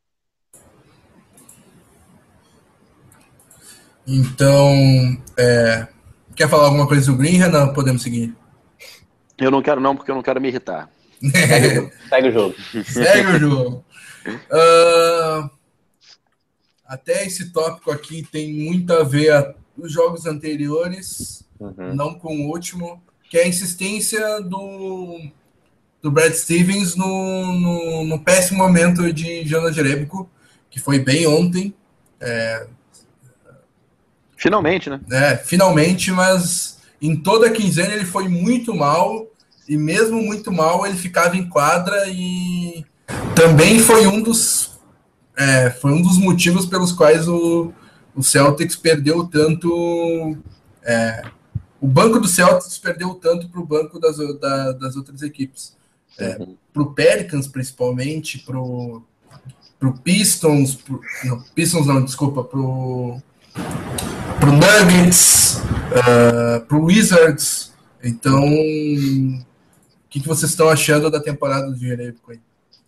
Então, é... quer falar alguma coisa do Green, Renan? Podemos seguir. Eu não quero não, porque eu não quero me irritar. Segue o jogo. Segue o jogo. Uh, até esse tópico aqui tem muito a ver com os jogos anteriores, uhum. não com o último, que é a insistência do, do Brad Stevens no, no, no péssimo momento de Jonas Jerebko, que foi bem ontem. É, finalmente, né? É, finalmente, mas... Em toda a quinzena ele foi muito mal, e mesmo muito mal ele ficava em quadra, e também foi um dos, é, foi um dos motivos pelos quais o, o Celtics perdeu tanto, é, o banco do Celtics perdeu tanto para o banco das, da, das outras equipes. É, uhum. Para o Pelicans, principalmente, para o Pistons, pro, não, Pistons não, desculpa, para o pro Nuggets, uh, pro Wizards. Então, o que, que vocês estão achando da temporada do Jerebko aí?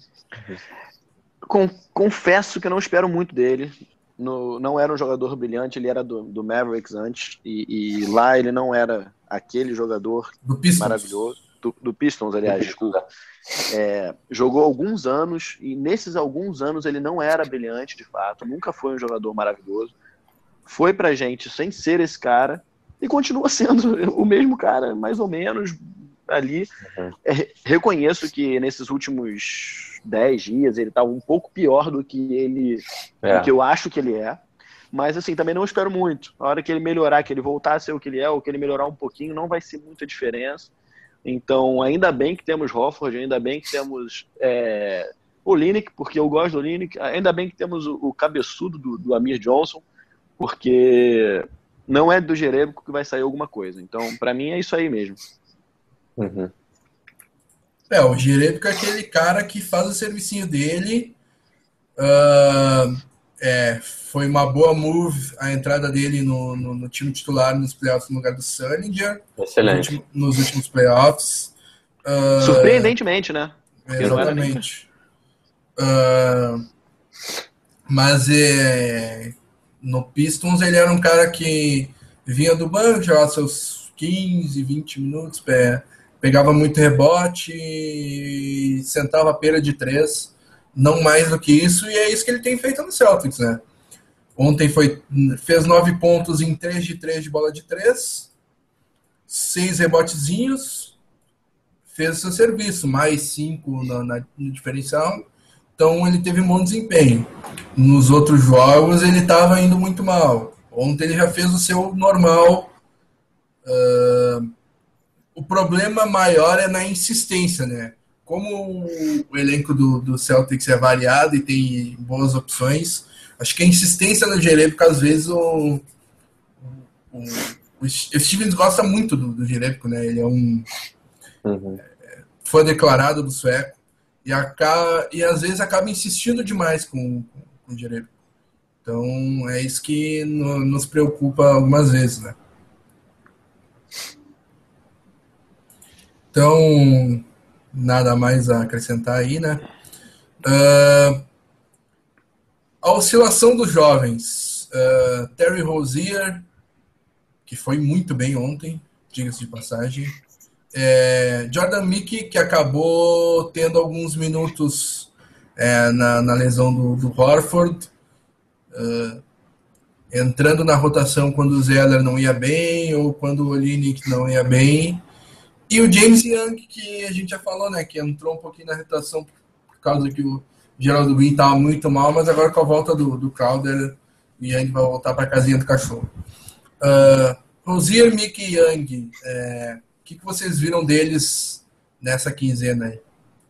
Confesso que eu não espero muito dele. No, não era um jogador brilhante, ele era do, do Mavericks antes, e, e lá ele não era aquele jogador do Pistons. maravilhoso. Do, do Pistons, aliás, desculpa. É, jogou alguns anos, e nesses alguns anos ele não era brilhante, de fato, nunca foi um jogador maravilhoso. Foi pra gente sem ser esse cara e continua sendo o mesmo cara, mais ou menos ali. Uhum. É, reconheço que nesses últimos dez dias ele tá um pouco pior do que ele é. do que eu acho que ele é, mas assim, também não espero muito. A hora que ele melhorar, que ele voltar a ser o que ele é, ou que ele melhorar um pouquinho, não vai ser muita diferença. Então, ainda bem que temos Horford, ainda bem que temos é, o Olynyk, porque eu gosto do Olynyk, ainda bem que temos o, o cabeçudo do, do Amir Johnson, porque não é do Jerebko que vai sair alguma coisa. Então, para mim, é isso aí mesmo. Uhum. É, o Jerebko é aquele cara que faz o servicinho dele. Uh, é, foi uma boa move a entrada dele no, no, no time titular nos playoffs no lugar do Sullinger. Excelente. Nos, nos últimos playoffs. Uh, Surpreendentemente, né? Porque exatamente. Uh, mas é... No Pistons, ele era um cara que vinha do banco, jogava seus quinze, vinte minutos, pegava muito rebote e sentava a pera de três, não mais do que isso, e é isso que ele tem feito no Celtics, né? Ontem foi, fez nove pontos em três de três de bola de três, seis rebotezinhos, fez seu serviço, mais cinco na, na, no diferencial. Então ele teve um bom desempenho. Nos outros jogos ele estava indo muito mal. Ontem ele já fez o seu normal. Uh, o problema maior é na insistência, né? como o elenco do, do Celtics é variado e tem boas opções, acho que a insistência no Jerebko, às vezes, o, o, o Stevens gosta muito do, do Jerebko, né? Ele é um uhum. fã declarado do sueco e, acaba, e às vezes acaba insistindo demais com, com o Jerebko. Então, é isso que no, nos preocupa algumas vezes, né? Então, nada mais a acrescentar aí, né? Uh, a oscilação dos jovens. Uh, Terry Rozier, que foi muito bem ontem, diga-se de passagem. É, Jordan Mickey, que acabou tendo alguns minutos é, na, na lesão do, do Horford, uh, entrando na rotação quando o Zeller não ia bem ou quando o Olynyk não ia bem. E o James Young, que a gente já falou, né, que entrou um pouquinho na rotação por causa que o Gerald Green estava muito mal, mas agora com a volta do, do Crowder, o Young vai voltar para a casinha do cachorro. Uh, Rozier, Mickey e Young, é, o que, que vocês viram deles nessa quinzena aí?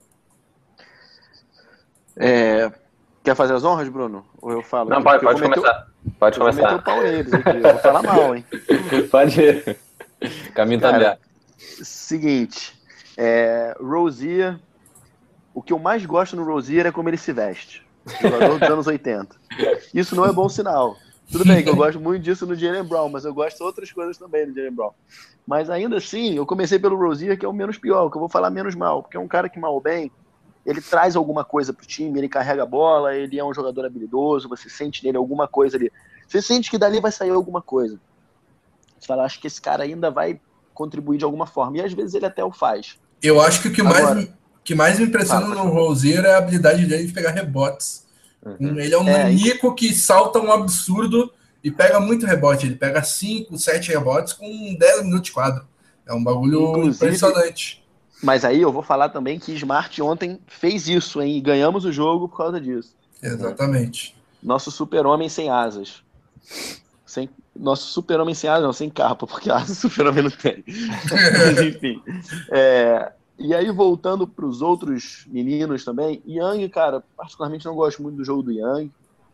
É, quer fazer as honras, Bruno? Ou eu falo? Não, aqui? pode, Porque pode começar. O, pode eu começar. Vou meter o pau neles aqui, eu vou falar mal, hein? Pode ir. O caminho tá aberto. Seguinte, é, Rozier, o que eu mais gosto no Rozier é como ele se veste. Jogador dos anos oitenta. Isso não é bom sinal. Tudo bem que eu gosto muito disso no Jaylen Brown, mas eu gosto de outras coisas também no Jaylen Brown. Mas ainda assim, eu comecei pelo Rozier, que é o menos pior, que eu vou falar menos mal, porque é um cara que, mal ou bem, ele traz alguma coisa pro time, ele carrega a bola, ele é um jogador habilidoso, você sente nele alguma coisa ali. Você sente que dali vai sair alguma coisa. Você fala, acho que esse cara ainda vai contribuir de alguma forma. E às vezes ele até o faz. Eu acho que o que, Agora, mais, que mais me impressiona fala, no Rozier é a habilidade dele de pegar rebotes. Uhum. Ele é um é, nanico que salta um absurdo e pega muito rebote. Ele pega cinco, sete rebotes com dez minutos de quadro. É um bagulho impressionante. Mas aí eu vou falar também que Smart ontem fez isso, hein? E ganhamos o jogo por causa disso. Exatamente. Nosso super-homem sem asas. Sem... Nosso super-homem sem asas, não, sem capa, porque asas o super-homem não tem. Mas enfim. É... E aí, voltando para os outros meninos também, Young, cara, particularmente não gosto muito do jogo do Young.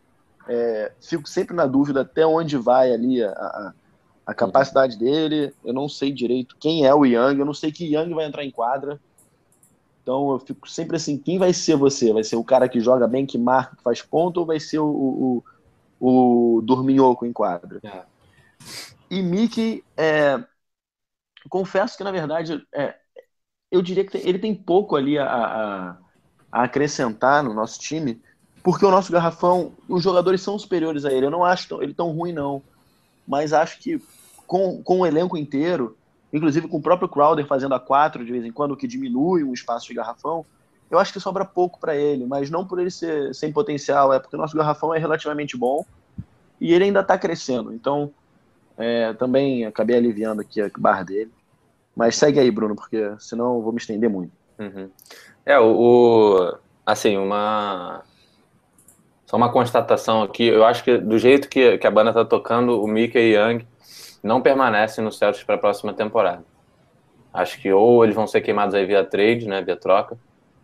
É... Fico sempre na dúvida até onde vai ali a, a, a capacidade dele. Eu não sei direito quem é o Young, eu não sei que Young vai entrar em quadra. Então eu fico sempre assim, quem vai ser você? Vai ser o cara que joga bem, que marca, que faz ponto, ou vai ser o, o, o, o dorminhoco em quadra? É. E Mickey, é, confesso que na verdade, é, eu diria que tem, ele tem pouco ali a, a, a acrescentar no nosso time, porque o nosso garrafão, os jogadores são superiores a ele. Eu não acho tão, ele tão ruim, não. Mas acho que com, com o elenco inteiro, inclusive com o próprio Crowder fazendo a quatro de vez em quando, que diminui um espaço de garrafão, eu acho que sobra pouco para ele, mas não por ele ser sem potencial, é porque o nosso garrafão é relativamente bom e ele ainda está crescendo. Então, é, também acabei aliviando aqui a barra dele. Mas segue aí, Bruno, porque senão eu vou me estender muito. Uhum. É, o, o... Assim, uma... Só uma constatação aqui. Eu acho que do jeito que, que a banda tá tocando, o Mickey e Young não permanecem no Celtics para a próxima temporada. Acho que ou eles vão ser queimados aí via trade, né, via troca,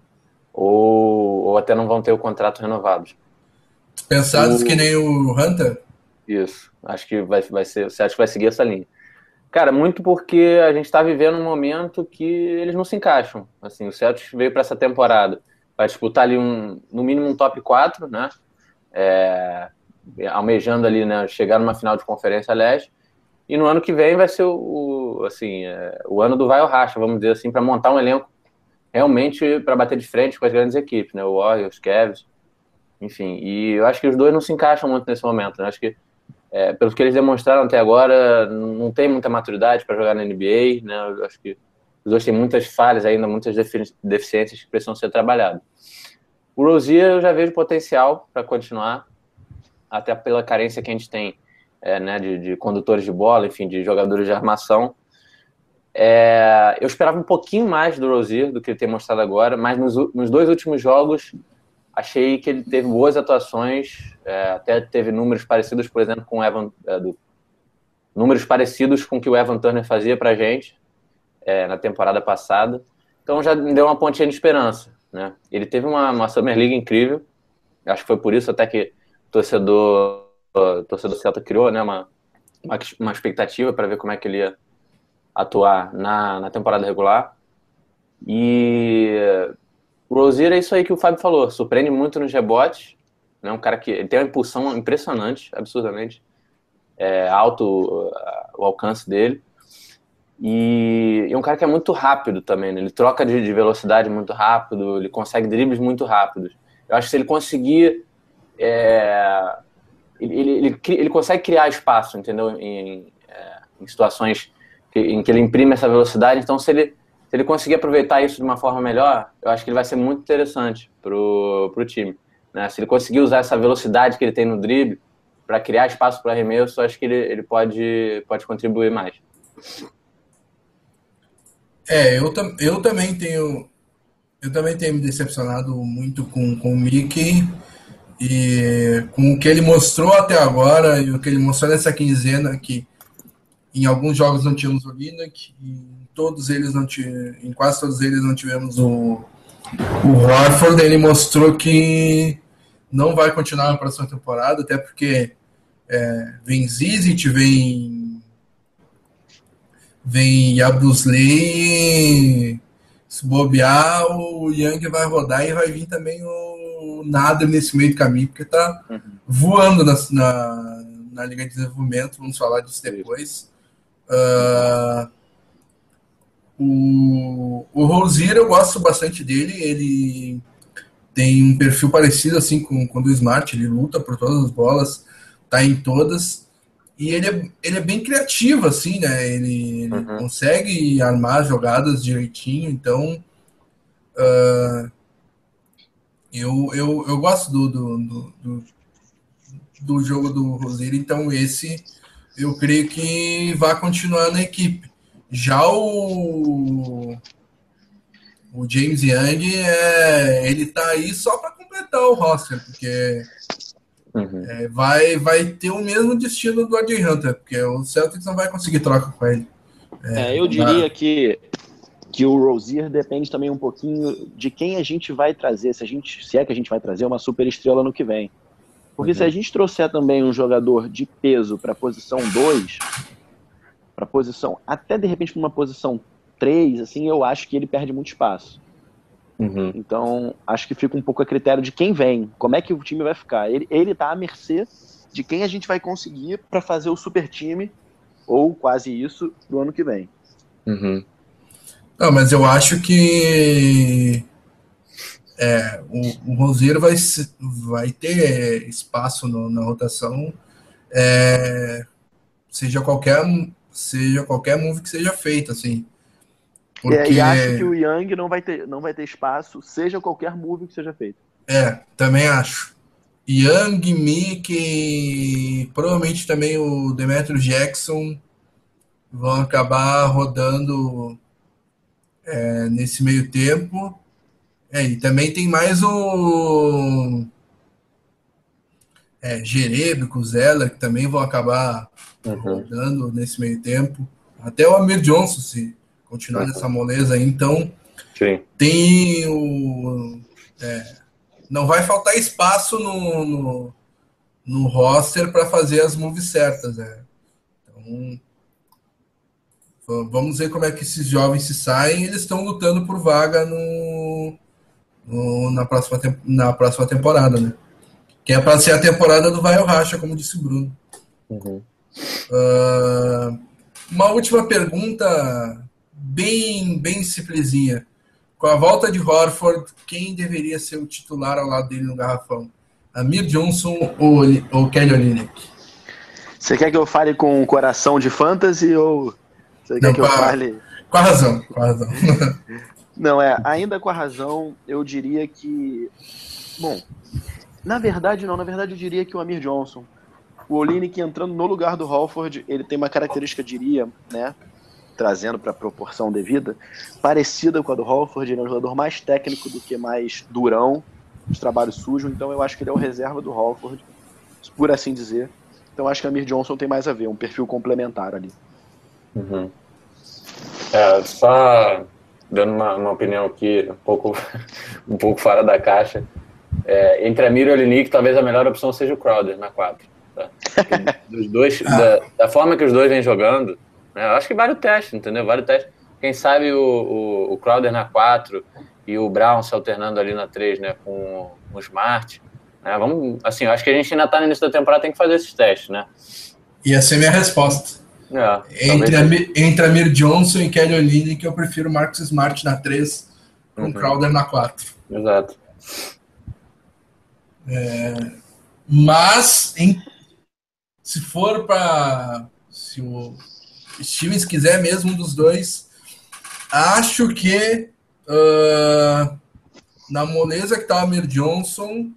ou, ou até não vão ter o contrato renovado. Pensados o... que nem o Hunter? Isso. Acho que vai, vai ser, o Celtics vai seguir essa linha. Cara, muito porque a gente está vivendo um momento que eles não se encaixam. Assim, o Celtics veio para essa temporada, vai disputar ali um, no mínimo um top quatro, né? É, almejando ali, né, chegar numa final de conferência leste. E no ano que vem vai ser o, o assim, é, o ano do vai ou racha, vamos dizer assim, para montar um elenco realmente para bater de frente com as grandes equipes, né? O Warriors, os Cavs, enfim. E eu acho que os dois não se encaixam muito nesse momento, né? Acho que É, pelo que eles demonstraram até agora, não tem muita maturidade para jogar na N B A, né? Eu acho que os dois têm muitas falhas ainda, muitas deficiências que precisam ser trabalhadas. O Rozier eu já vejo potencial para continuar, até pela carência que a gente tem, é, né, de, de condutores de bola, enfim, de jogadores de armação. É, eu esperava um pouquinho mais do Rozier do que ele tem mostrado agora, mas nos, nos dois últimos jogos achei que ele teve boas atuações, é, até teve números parecidos, por exemplo, com o Evan, é, do, números parecidos com o que o Evan Turner fazia pra gente é, na temporada passada. Então já me deu uma pontinha de esperança, né? Ele teve uma, uma Summer League incrível, acho que foi por isso até que o torcedor, o torcedor Celta criou, né, uma, uma, uma expectativa para ver como é que ele ia atuar na, na temporada regular. E o Rozier é isso aí que o Fábio falou, surpreende muito nos rebotes, né? Um cara que ele tem uma impulsão impressionante, absurdamente é, alto o, o alcance dele. E, e um cara que é muito rápido também, né? Ele troca de, de velocidade muito rápido, ele consegue dribles muito rápidos. Eu acho que se ele conseguir é, ele, ele, ele, ele consegue criar espaço, entendeu? Em, é, em situações que, em que ele imprime essa velocidade. Então, se ele, se ele conseguir aproveitar isso de uma forma melhor, eu acho que ele vai ser muito interessante pro, pro time, né? Se ele conseguir usar essa velocidade que ele tem no drible para criar espaço para arremesso, eu acho que ele, ele pode, pode contribuir mais. É, eu, tam, eu também tenho eu também tenho me decepcionado muito com, com o Mickey e com o que ele mostrou até agora e o que ele mostrou nessa quinzena, que em alguns jogos não tínhamos o Linux, em todos eles não t- em quase todos eles não tivemos o, o Horford. Ele mostrou que não vai continuar na próxima temporada, até porque é, vem Zizic, vem vem Yabusele, se bobear, o Young vai rodar e vai vir também o Nader nesse meio do caminho, porque tá uhum. voando na, na, na Liga de Desenvolvimento, vamos falar disso depois. Uh, o, o Rozier, eu gosto bastante dele, ele tem um perfil parecido assim com, com o do Smart, ele luta por todas as bolas, tá em todas. E ele é, ele é bem criativo, assim, né? Ele, ele uhum. consegue armar jogadas direitinho, então uh, eu, eu, eu gosto do, do, do, do, do jogo do Rozier, então esse eu creio que vai continuar na equipe. Já o, o James Young, é, ele tá aí só para completar o roster, porque... Uhum. É, vai, vai ter o mesmo destino do Adrian Hunter, porque o Celtics não vai conseguir troca com ele. É, é, eu diria que, que o Rozier depende também um pouquinho de quem a gente vai trazer, se, a gente, se é que a gente vai trazer uma super estrela no que vem. Porque uhum. se a gente trouxer também um jogador de peso para a posição dois, para posição, até de repente para uma posição três, assim, eu acho que ele perde muito espaço. Uhum. Então, acho que fica um pouco a critério de quem vem, como é que o time vai ficar. Ele, ele tá à mercê de quem a gente vai conseguir para fazer o super time, ou quase isso, do ano que vem. Uhum. Não, mas eu acho que é, o, o Rozier vai, vai ter espaço no, na rotação, é, seja, qualquer, seja qualquer move que seja feito, assim. Porque... É, e acho que o Young não vai, ter, não vai ter espaço, seja qualquer move que seja feito. É, também acho. Young, Mickey, provavelmente também o Demetrius Jackson vão acabar rodando é, nesse meio tempo. É, e também tem mais o é, Jerebico, Zeller, que também vão acabar uhum. rodando nesse meio tempo. Até o Amir Johnson, se continuar uhum. nessa moleza aí. Então, sim. tem o... É, não vai faltar espaço no, no, no roster para fazer as moves certas. Né? Então, vamos ver como é que esses jovens se saem. Eles estão lutando por vaga no, no, na, próxima, na próxima temporada. Né? Que é para ser a temporada do Vai ou Racha, como disse o Bruno. Uhum. Uh, uma última pergunta bem, bem simplesinha. Com a volta de Horford, quem deveria ser o titular ao lado dele no garrafão? Amir Johnson ou, ou Kelly Olynyk? Você quer que eu fale com o coração de fantasy ou você Não, quer que eu a, fale... Com a razão, com a razão. Não, é, ainda com a razão, eu diria que... Bom, na verdade não, na verdade eu diria que o Amir Johnson. O Olynyk entrando no lugar do Horford, ele tem uma característica, diria, né? Trazendo para a proporção devida, parecida com a do Horford. Ele é um jogador mais técnico do que mais durão, de trabalho sujo, então eu acho que ele é o reserva do Horford, por assim dizer. Então acho que a Amir Johnson tem mais a ver, um perfil complementar ali. Uhum. É, só dando uma, uma opinião aqui um pouco, um pouco fora da caixa, é, entre a Miro e o Olynyk, talvez a melhor opção seja o Crowder na quatro. Tá? Dos dois, da, da forma que os dois vêm jogando, né, eu acho que vale o teste, entendeu? Vale o teste. Quem sabe o, o, o Crowder na quatro e o Brown se alternando ali na três, né, com o Smart. Né, vamos, assim, eu acho que a gente ainda está no início da temporada, tem que fazer esses testes, né? Ia ser minha resposta. É, entre, a, entre Amir Johnson e Kelly Olynyk, eu prefiro Marcus Smart na três com uhum. Crowder na quatro. Exato. É, mas, em, se for para... Se o Stevens quiser mesmo um dos dois, acho que uh, na moleza que tá o Amir Johnson,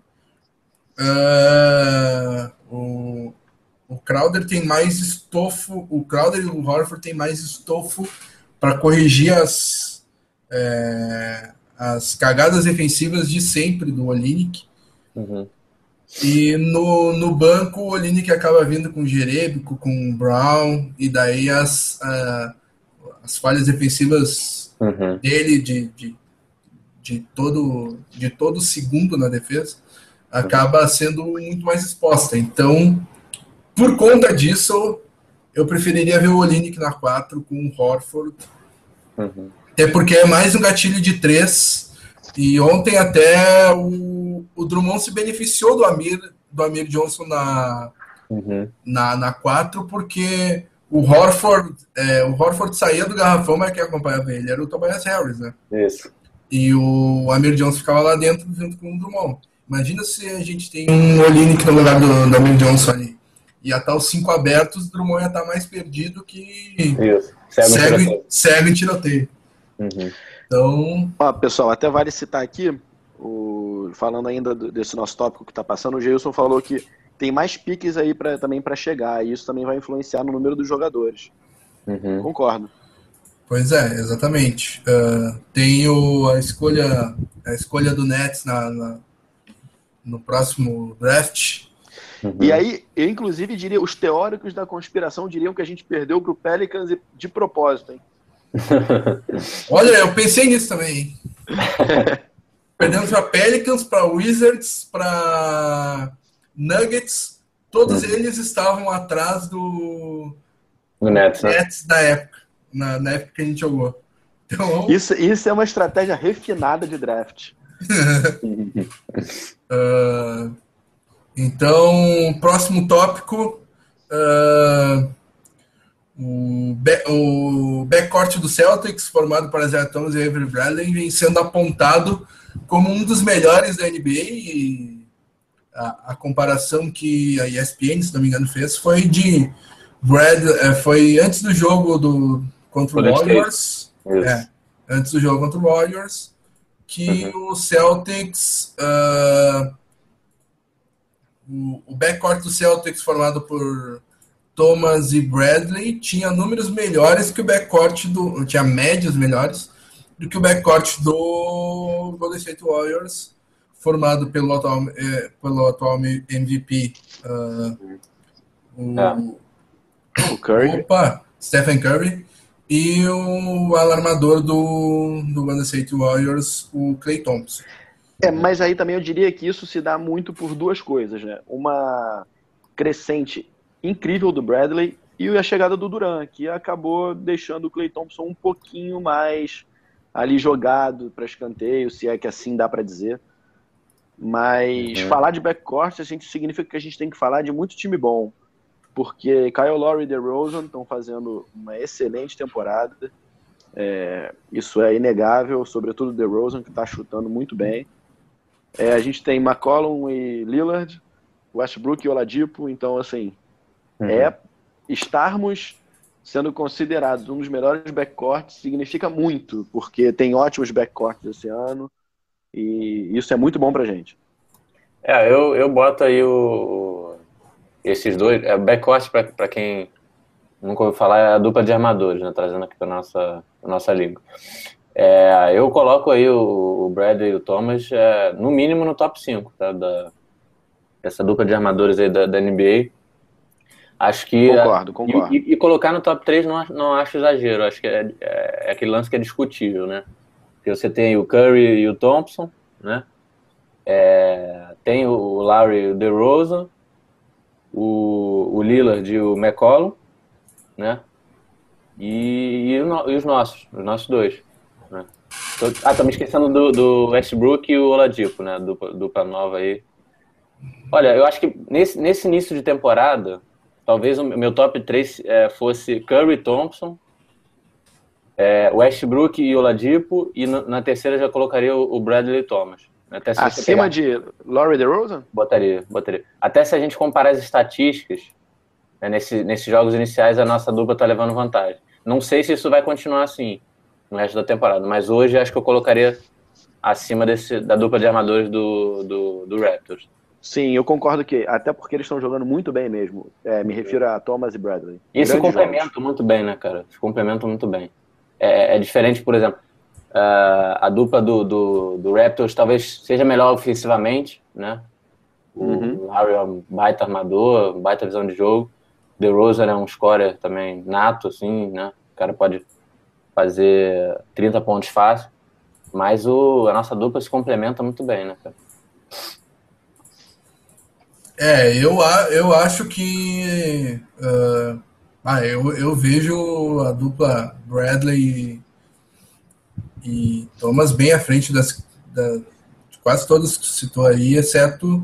uh, o, o Crowder tem mais estofo, o Crowder e o Horford tem mais estofo para corrigir as, é, as cagadas defensivas de sempre do Olynyk. Uhum. E no, no banco o Olynyk acaba vindo com o Jerebico, com o Brown, e daí as, uh, as falhas defensivas uhum. dele de, de, de, todo, de todo segundo na defesa acaba sendo muito mais exposta. Então, por conta disso, eu preferiria ver o Olynyk na quatro com o Horford, uhum. até porque é mais um gatilho de três. E ontem até o, o Drummond se beneficiou do Amir, do Amir Johnson na, uhum. na, na quatro, porque o Horford, é, o Horford saía do garrafão, mas quem acompanhava ele era o Tobias Harris, né? Isso. E o Amir Johnson ficava lá dentro junto com o Drummond. Imagina se a gente tem um Olynyk no lugar do, do Amir Johnson ali. Ia estar os cinco abertos, o Drummond ia estar mais perdido que Isso. Cego, cego em tiroteio. Uhum. Então... Ah, pessoal, até vale citar aqui, o, falando ainda desse nosso tópico que está passando, o Geilson falou que tem mais piques aí pra, também para chegar, e isso também vai influenciar no número dos jogadores. Uhum. Concordo. Pois é, exatamente. Uh, tem o, a, escolha, a escolha do Nets na, na, no próximo draft. Uhum. E aí, eu inclusive diria, os teóricos da conspiração diriam que a gente perdeu para o Pelicans de propósito, hein? Olha, eu pensei nisso também, hein? Perdemos para Pelicans, para Wizards, para Nuggets. Todos uhum. eles estavam atrás do, do Nets, Nets né? da época, na, na época que a gente jogou. Então, isso, isso é uma estratégia refinada de draft. uh, então, próximo tópico. Uh, O, be- o backcourt do Celtics, formado por Isaiah Thomas e Avery Bradley, vem sendo apontado como um dos melhores da N B A. E a, a comparação que a E S P N, se não me engano, fez foi de Brad, foi antes do jogo do, contra o Warriors. É, antes do jogo contra o Warriors, que uhum. o Celtics, uh, o, o backcourt do Celtics, formado por Thomas e Bradley, tinha números melhores que o backcourt do... Tinha médias melhores do que o backcourt do Golden State Warriors, formado pelo atual, eh, pelo atual M V P. Uh, o, é. o Curry. Opa, Stephen Curry. E o alarmador do, do Golden State Warriors, o Klay Thompson. É, mas aí também eu diria que isso se dá muito por duas coisas, né? Uma crescente incrível do Bradley e a chegada do Durant, que acabou deixando o Klay Thompson um pouquinho mais ali jogado para escanteio, se é que assim dá para dizer. Mas uhum. falar de backcourt a gente significa que a gente tem que falar de muito time bom, porque Kyle Lowry e DeRozan estão fazendo uma excelente temporada. É, isso é inegável, sobretudo o DeRozan, que está chutando muito bem. É, a gente tem McCollum e Lillard, Westbrook e Oladipo, então assim Uhum. É, estarmos sendo considerados um dos melhores backcourts significa muito, porque tem ótimos backcourts esse ano e isso é muito bom pra gente. É, eu, eu boto aí o, esses dois, é, backcourt pra, pra quem nunca ouviu falar, é a dupla de armadores, né, trazendo aqui pra nossa, pra nossa liga. É, eu coloco aí o, o Bradley e o Thomas é, no mínimo no top cinco, tá, da, essa dupla de armadores aí da, da N B A. Acho que... Concordo, concordo. E, e, e colocar no top três não, não acho exagero. Acho que é, é, é aquele lance que é discutível, né? Porque você tem o Curry e o Thompson, né? É, tem o Lowry e o DeRozan, o, o Lillard e o McCollum, né? E, e, o, e os nossos, os nossos dois. Né? Tô, ah, tô me esquecendo do, do Westbrook e o Oladipo, né? Dupla, dupla nova aí. Olha, eu acho que nesse, nesse início de temporada, talvez o meu top três é, fosse Curry e Thompson, é, Westbrook e Oladipo, e no, na terceira já colocaria o, o Bradley Thomas. Até se Acima pegar, de Laurie DeRozan? Botaria, botaria. Até se a gente comparar as estatísticas, né, nesse, nesses jogos iniciais, a nossa dupla tá levando vantagem. Não sei se isso vai continuar assim no resto da temporada, mas hoje acho que eu colocaria acima desse, da dupla de armadores do, do, do Raptors. Sim, eu concordo que, até porque eles estão jogando muito bem mesmo. É, me refiro a Thomas e Bradley. E se Grandes complementam jogos. muito bem, né, cara? Se complementam muito bem. É, é diferente, por exemplo, uh, a dupla do, do, do Raptors talvez seja melhor ofensivamente, né? O Uhum. Larry é um baita armador, baita visão de jogo. DeRozan é um scorer também nato, assim, né? O cara pode fazer trinta pontos fácil. Mas o, a nossa dupla se complementa muito bem, né, cara? É, eu, a- eu acho que. ah, ah, eu, eu vejo a dupla Bradley e Thomas bem à frente das, da, de quase todas que tu citou aí, exceto.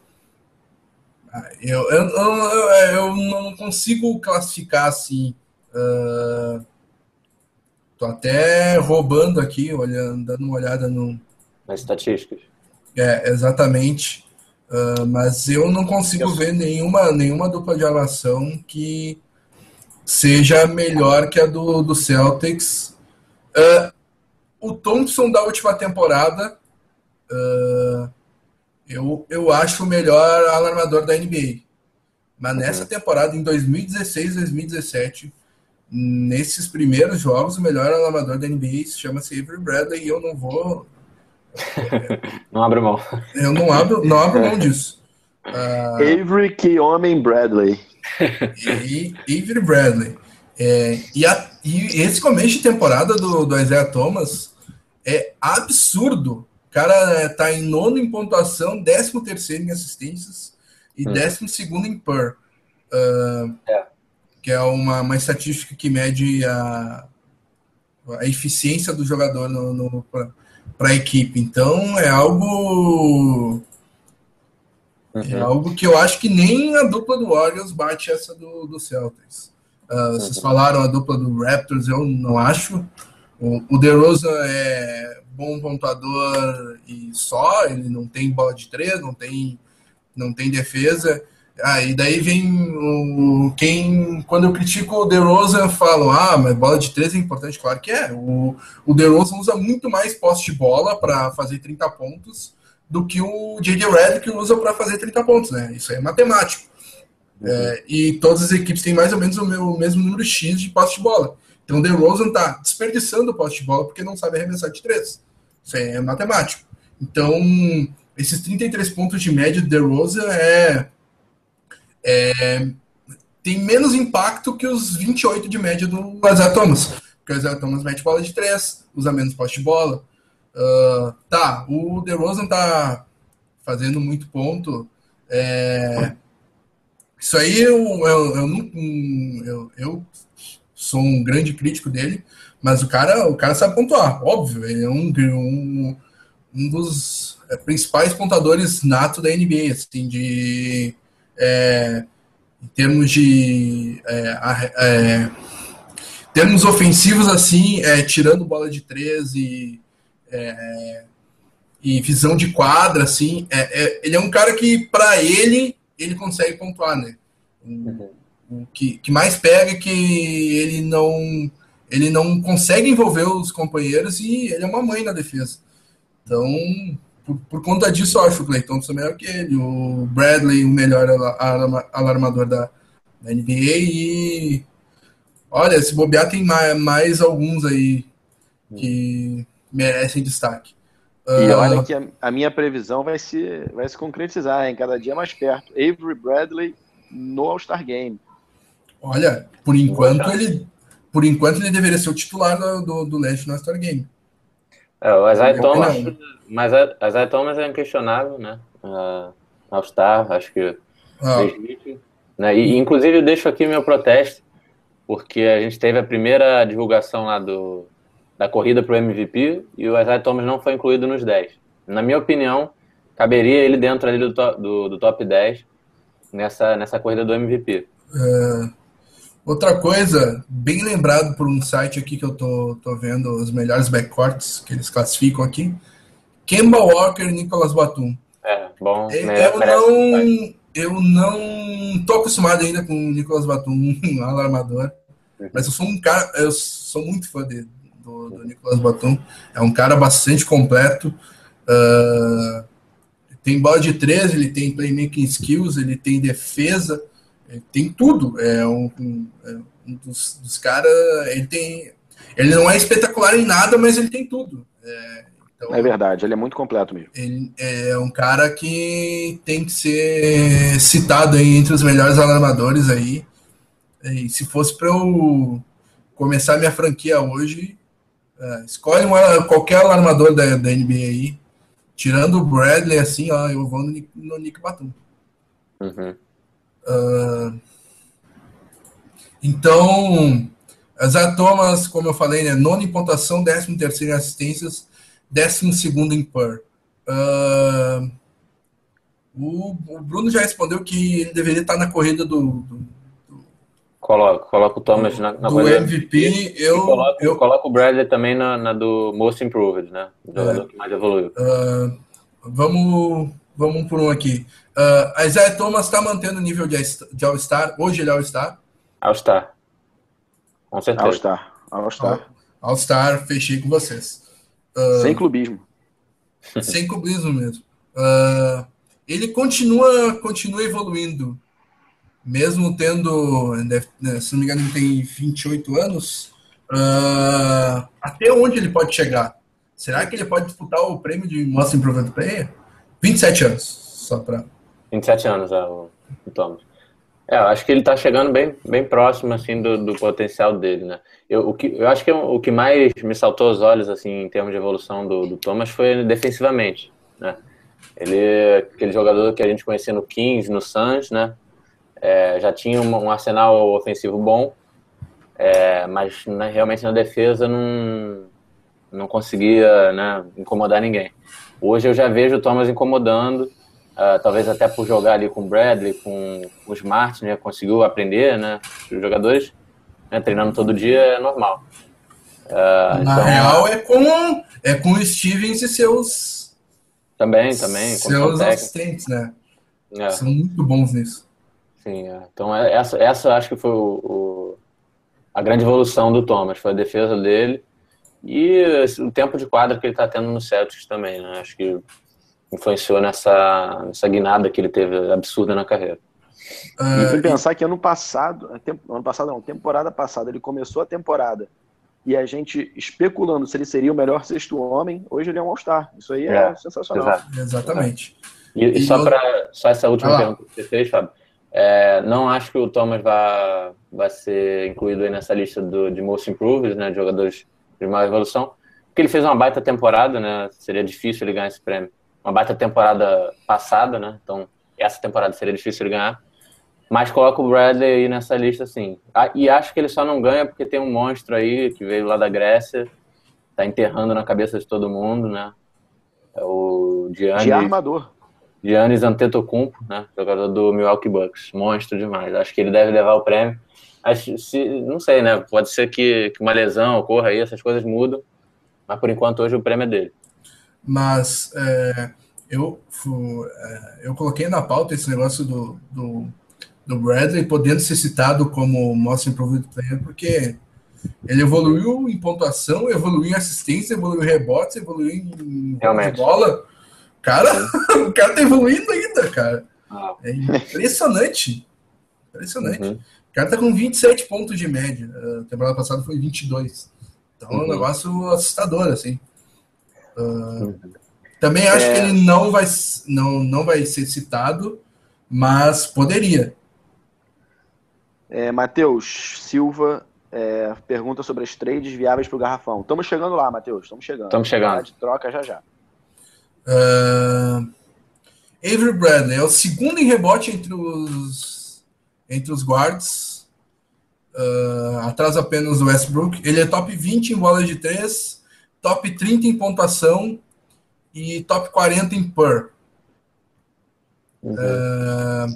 ah, Eu, eu, eu, eu, eu não consigo classificar assim. ah, tô até roubando aqui, olhando, dando uma olhada no. Nas estatísticas. É, exatamente. ah, mas eu não consigo Isso. ver nenhuma, nenhuma dupla de armação que seja melhor que a do, do Celtics. Uh, o Thompson da última temporada, uh, eu, eu acho o melhor alarmador da N B A. Mas Uhum. nessa temporada, em dois mil e dezesseis, dois mil e dezessete, nesses primeiros jogos, o melhor alarmador da N B A se chama-se Avery Bradley e eu não vou. Não abre mão. Eu não abro, não abro mão disso. Uh, Avery que homem Bradley. e, e Avery Bradley. É, e, a, e esse começo de temporada do, do Isaiah Thomas é absurdo. O cara tá em nono em pontuação, décimo terceiro em assistências e Hum. décimo segundo em P E R. Uh, É. que é uma, uma estatística que mede a, a eficiência do jogador no, no, para a equipe. Então é algo. É Uhum. algo que eu acho que nem a dupla do Warriors bate essa do, do Celtics. Uh, vocês Uhum. falaram a dupla do Raptors, eu não acho. O, o DeRozan é bom pontuador e só, ele não tem bola de três, não tem, não tem defesa. Ah, e daí vem o quem quando eu critico o DeRozan, eu falo, ah, mas bola de três é importante, claro que é. O, o DeRozan usa muito mais posse de bola para fazer trinta pontos do que o J J Redick usa para fazer trinta pontos, né? Isso aí é matemático. Uhum. É, e todas as equipes têm mais ou menos o, meu, o mesmo número X de posse de bola. Então o DeRozan tá desperdiçando o posse de bola porque não sabe arremessar de três. Isso aí é matemático. Então, esses trinta e três pontos de média do DeRozan é, é, tem menos impacto que os vinte e oito de média do Isaiah Thomas. Porque o Isaiah Thomas mete bola de três, usa menos posse de bola. Uh, tá, o DeRozan tá fazendo muito ponto. É, isso aí eu, eu, eu, não, eu, eu sou um grande crítico dele, mas o cara, o cara sabe pontuar, óbvio. Ele é um, um, um dos principais pontadores nato da N B A, assim, de, é, em termos de é, é, termos ofensivos, assim, é, tirando bola de três e É, e visão de quadra, assim, é, é, ele é um cara que, para ele, ele consegue pontuar, né? O, Uhum. o que, que mais pega é que ele não, ele não consegue envolver os companheiros e ele é uma mãe na defesa. Então, por, por conta disso, eu acho o Klay Thompson melhor que ele, o Bradley o melhor alarmador da, da N B A e, olha, se bobear tem mais, mais alguns aí que merecem destaque. E Uh, olha que a, a minha previsão vai se, vai se concretizar, hein? Cada dia mais perto. Avery Bradley no All-Star Game. Olha, por enquanto ele, por enquanto ele deveria ser o titular do, do, do Leste no All-Star Game. É, o Isaiah Thomas, mas o Isaiah Thomas é inquestionável, né? Uh, All-Star, acho que Ah. legítimo. Né? E, inclusive, eu deixo aqui meu protesto, porque a gente teve a primeira divulgação lá do, da corrida para o M V P e o Isaiah Thomas não foi incluído nos dez. Na minha opinião, caberia ele dentro ali do, to, do, do top dez nessa, nessa corrida do M V P. É, outra coisa, bem lembrado por um site aqui que eu tô, tô vendo os melhores backcourts que eles classificam aqui, Kemba Walker e Nicolas Batum. É, bom. Eu, eu não, eu não tô acostumado ainda com o Nicolas Batum, um alarmador, uhum. Mas eu sou um cara, eu sou muito fã dele, do, do Nicolas Batum. É um cara bastante completo. Uh, tem bola de três, ele tem playmaking skills, ele tem defesa, ele tem tudo. É um, um, um dos, dos caras. Ele tem. Ele não é espetacular em nada, mas ele tem tudo. É, então, é verdade, ele é muito completo mesmo. Ele é um cara que tem que ser citado aí entre os melhores alarmadores aí. E se fosse para eu começar minha franquia hoje, uh, escolhe uma, qualquer alarmador da, da N B A aí. Tirando o Bradley, assim, ó, eu vou no, no Nick Batum. Uhum. Uh, então, Isaiah Thomas, como eu falei, né, nono em pontuação, décimo terceiro em assistências, décimo segundo em P E R. Uh, o, o Bruno já respondeu que ele deveria estar na corrida do... do, do coloca, coloca o Thomas na, na do corrida M V P. Do eu, coloca, eu coloca o Bradley também na, na do Most Improved, né? O jogador é, que mais evoluiu. Uh, vamos, vamos por um aqui. Uh, Isaiah Thomas está mantendo o nível de, de All-Star. Hoje ele é All-Star. All-Star. Com certeza. All-Star. All-Star. All-Star, fechei com vocês. Uh, sem clubismo. Sem clubismo mesmo. Uh, ele continua, continua evoluindo. Mesmo tendo, se não me engano, ele tem vinte e oito anos. Uh, até onde ele pode chegar? Será que ele pode disputar o prêmio de Most Improved Player? vinte e sete anos, só para... vinte e sete anos, é, o, o Thomas. É, eu acho que ele está chegando bem, bem próximo, assim, do, do potencial dele, né? Eu, o que, eu acho que o que mais me saltou aos olhos, assim, em termos de evolução do, do Thomas foi defensivamente, né? Ele é aquele jogador que a gente conhecia no Kings, no Suns, né? É, já tinha um, um arsenal ofensivo bom, é, mas né, realmente na defesa não... não conseguia, né, incomodar ninguém. Hoje eu já vejo o Thomas incomodando, uh, talvez até por jogar ali com o Bradley, com o Smart, né, conseguiu aprender, né, os jogadores, né, treinando todo dia é normal. Uh, Na então, real é com, é com o Stevens e seus... Também, também. Seus assistentes, né? É. São muito bons nisso. Sim, é. Então essa, essa acho que foi o, o, a grande evolução do Thomas, foi a defesa dele. E o tempo de quadra que ele está tendo no Celtics também, né? Acho que influenciou nessa, nessa guinada que ele teve absurda na carreira. Uh, e tem que pensar e... que ano passado, ano passado não, temporada passada, ele começou a temporada e a gente especulando se ele seria o melhor sexto homem, hoje ele é um All-Star. Isso aí é, é sensacional. Exato. Exatamente. E, e, e só, eu... pra, só essa última ah, pergunta que você fez, Fábio, é, não acho que o Thomas vai, vai ser incluído aí nessa lista do, de Most Improved, né, de jogadores de maior evolução, porque ele fez uma baita temporada, né? Seria difícil ele ganhar esse prêmio. Uma baita temporada passada, né? Então, essa temporada seria difícil ele ganhar. Mas coloca o Bradley aí nessa lista, sim. E acho que ele só não ganha porque tem um monstro aí que veio lá da Grécia, tá enterrando na cabeça de todo mundo, né? É o Giannis... De armador. Giannis Antetokounmpo, né? Jogador do Milwaukee Bucks. Monstro demais. Acho que ele deve levar o prêmio. Acho, se, não sei, né? Pode ser que, que uma lesão ocorra aí, essas coisas mudam. Mas, por enquanto, hoje o prêmio é dele. Mas é, eu, é, eu coloquei na pauta esse negócio do, do, do Bradley podendo ser citado como Most Improved Player, porque ele evoluiu em pontuação, evoluiu em assistência, evoluiu em rebotes, evoluiu em Realmente. bola. Cara, o cara tá evoluindo ainda, cara. Ah. É impressionante. Impressionante. Uhum. O cara tá com vinte e sete pontos de média. A temporada passada foi vinte e dois. Então uhum. é um negócio assustador, assim. Uh, uhum. Também acho é... que ele não vai, não, não vai ser citado, mas poderia. É, Matheus Silva é, pergunta sobre as trades viáveis para o Garrafão. Estamos chegando lá, Matheus, estamos chegando. Estamos chegando. De troca já já. Uh, Avery Bradley é o segundo em rebote entre os, entre os guards, uh, atrás apenas do Westbrook. Ele é top vinte em bola de três, top trinta em pontuação e top quarenta em P E R. Uhum. Uh,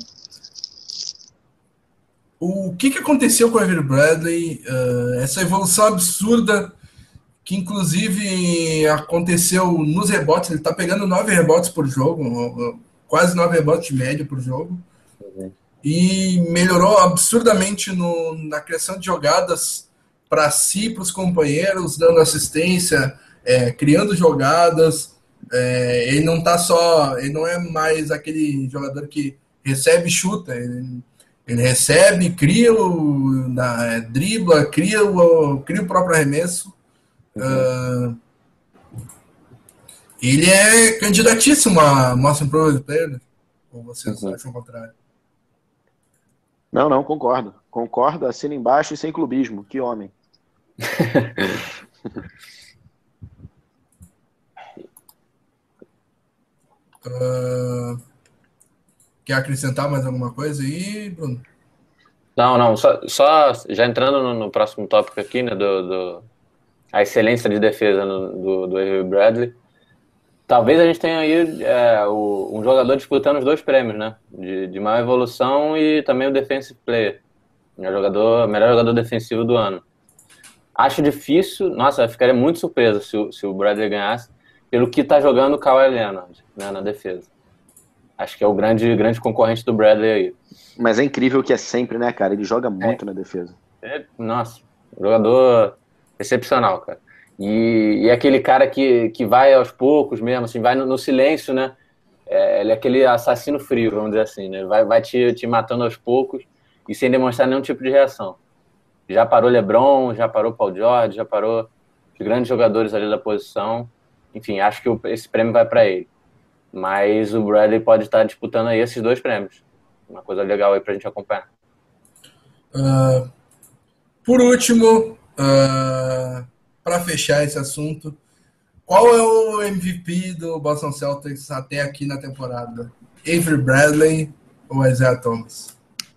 o que, que aconteceu com o Avery Bradley? Uh, essa evolução absurda que inclusive aconteceu nos rebotes. Ele está pegando nove rebotes por jogo, quase nove rebotes de média por jogo, uhum. E melhorou absurdamente no, na criação de jogadas para si, para os companheiros, dando assistência, é, criando jogadas. É, ele não tá só, ele não é mais aquele jogador que recebe e chuta. Ele, ele recebe, cria o na, é, dribla, cria o, cria o próprio arremesso. Uhum. Uh, ele é candidatíssimo a Most Improved Player, ou vocês uhum. acham o contrário? Não, não, concordo. Concordo, assina embaixo e sem clubismo. Que homem. uh, quer acrescentar mais alguma coisa aí, Bruno? Não, não, só, só já entrando no, no próximo tópico aqui, né, do, do a excelência de defesa no, do, do Avery Bradley. Talvez a gente tenha aí é, o, um jogador disputando os dois prêmios, né? De, de maior evolução e também o Defensive Player. O jogador, melhor jogador defensivo do ano. Acho difícil, nossa, eu ficaria muito surpreso se o, se o Bradley ganhasse, pelo que está jogando o Kawhi Leonard, né, na defesa. Acho que é o grande, grande concorrente do Bradley aí. Mas é incrível que é sempre, né, cara? Ele joga muito é, na defesa. É, nossa, jogador excepcional, cara. E, e aquele cara que, que vai aos poucos mesmo, assim, vai no, no silêncio, né? É, ele é aquele assassino frio, vamos dizer assim, né? Vai, vai te, te matando aos poucos e sem demonstrar nenhum tipo de reação. Já parou LeBron, já parou Paul George, já parou os grandes jogadores ali da posição. Enfim, acho que o, esse prêmio vai para ele. Mas o Bradley pode estar disputando aí esses dois prêmios. Uma coisa legal aí pra gente acompanhar. Uh, por último, uh, para fechar esse assunto, qual é o M V P do Boston Celtics até aqui na temporada? Avery Bradley ou Isaiah Thomas?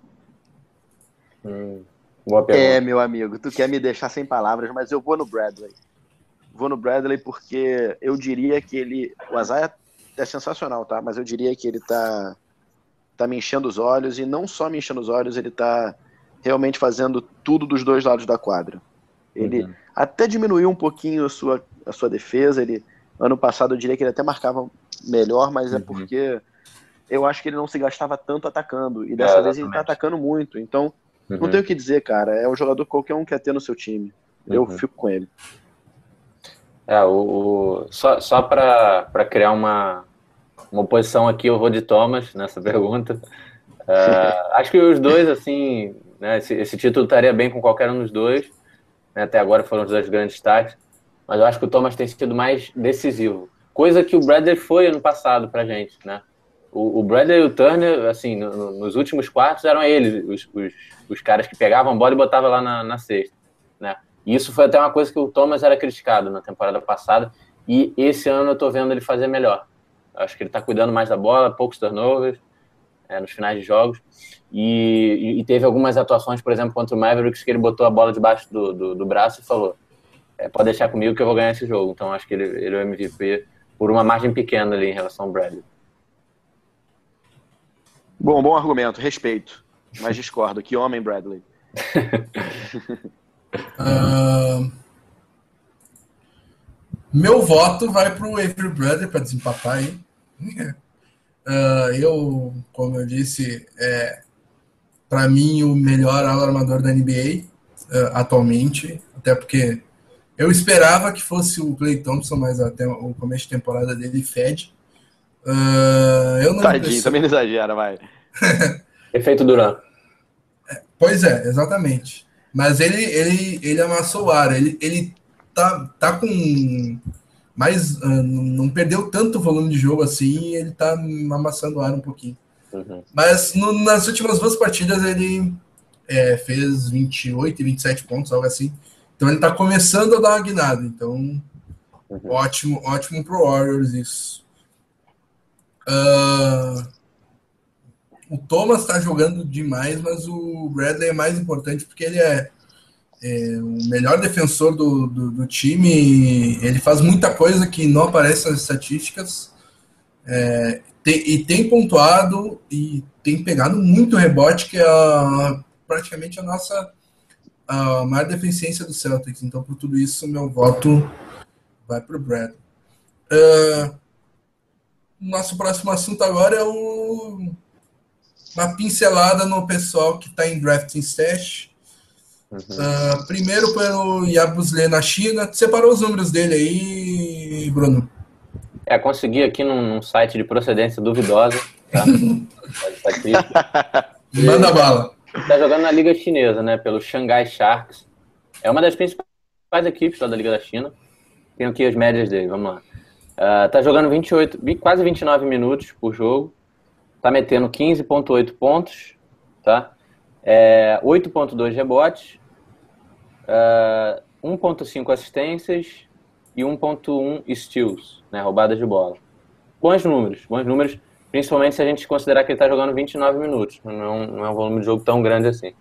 Hum, boa pergunta. É, meu amigo, tu quer me deixar sem palavras, mas eu vou no Bradley. Vou no Bradley porque eu diria que ele... O Isaiah é sensacional, tá? Mas eu diria que ele tá, tá me enchendo os olhos, e não só me enchendo os olhos, ele tá realmente fazendo tudo dos dois lados da quadra. Ele uhum. até diminuiu um pouquinho a sua, a sua defesa. Ele, ano passado eu diria que ele até marcava melhor, mas uhum. é porque eu acho que ele não se gastava tanto atacando, e dessa é, vez ele tá atacando muito. Então, uhum. não tenho o que dizer, cara. É um jogador que qualquer um quer ter no seu time. Eu uhum. fico com ele. É, o, o, só, só para criar uma, uma oposição aqui, eu vou de Thomas nessa pergunta. Uh, acho que os dois, assim, né, esse, esse título estaria bem com qualquer um dos dois, né, até agora foram os dois grandes destaques, mas eu acho que o Thomas tem sido mais decisivo, coisa que o Bradley foi ano passado pra gente, né? O, o Bradley e o Turner, assim, no, no, nos últimos quartos eram eles, os, os, os caras que pegavam a bola e botavam lá na, na cesta, né? E isso foi até uma coisa que o Thomas era criticado na temporada passada, e esse ano eu tô vendo ele fazer melhor. Acho que ele tá cuidando mais da bola, poucos turnovers é, nos finais de jogos, e, e teve algumas atuações, por exemplo, contra o Mavericks, que ele botou a bola debaixo do, do, do braço e falou, é, pode deixar comigo que eu vou ganhar esse jogo. Então acho que ele, ele é o M V P por uma margem pequena ali em relação ao Bradley. Bom, bom argumento, respeito, mas discordo. Que homem, Bradley. Uh, meu voto vai para o Avery Bradley para desempatar aí. Uh, eu, como eu disse, é para mim o melhor armador da N B A uh, atualmente, até porque eu esperava que fosse o Klay Thompson, mas até o começo de temporada dele fede. Uh, eu não Tadinho, preciso... também não exagera, vai. Efeito Durant. Pois é, exatamente. Mas ele, ele, ele amassou o ar, ele, ele tá, tá com mais, uh, não perdeu tanto volume de jogo assim, ele tá amassando o ar um pouquinho. Uhum. Mas no, nas últimas duas partidas ele é, fez vinte e oito e vinte e sete pontos, algo assim. Então ele está começando a dar uma guinada. Então, uhum. ótimo, ótimo pro Warriors isso. Uh, o Thomas está jogando demais, mas o Bradley é mais importante porque ele é, é o melhor defensor do, do, do time. Ele faz muita coisa que não aparece nas estatísticas. É, tem, e tem pontuado e tem pegado muito rebote, que é a, praticamente a nossa a maior deficiência do Celtics. Então, por tudo isso, meu voto vai para o Brad. Uh, nosso próximo assunto agora é o, uma pincelada no pessoal que está em Drafting Stash. Uhum. Uh, primeiro pelo Yabusele na China. Separou os números dele aí, Bruno? É, consegui aqui num, num site de procedência duvidosa, tá? Manda bala. Tá jogando na Liga Chinesa, né? Pelo Shanghai Sharks. É uma das principais equipes lá da Liga da China. Tem aqui as médias dele, vamos lá. Uh, tá jogando vinte e oito, quase vinte e nove minutos por jogo. Tá metendo quinze vírgula oito pontos, tá? É, oito vírgula dois rebotes, uh, um vírgula cinco assistências e um vírgula um steals, né, roubadas de bola. Bons números, bons números, principalmente se a gente considerar que ele está jogando vinte e nove minutos. Não é, um, não é um volume de jogo tão grande assim.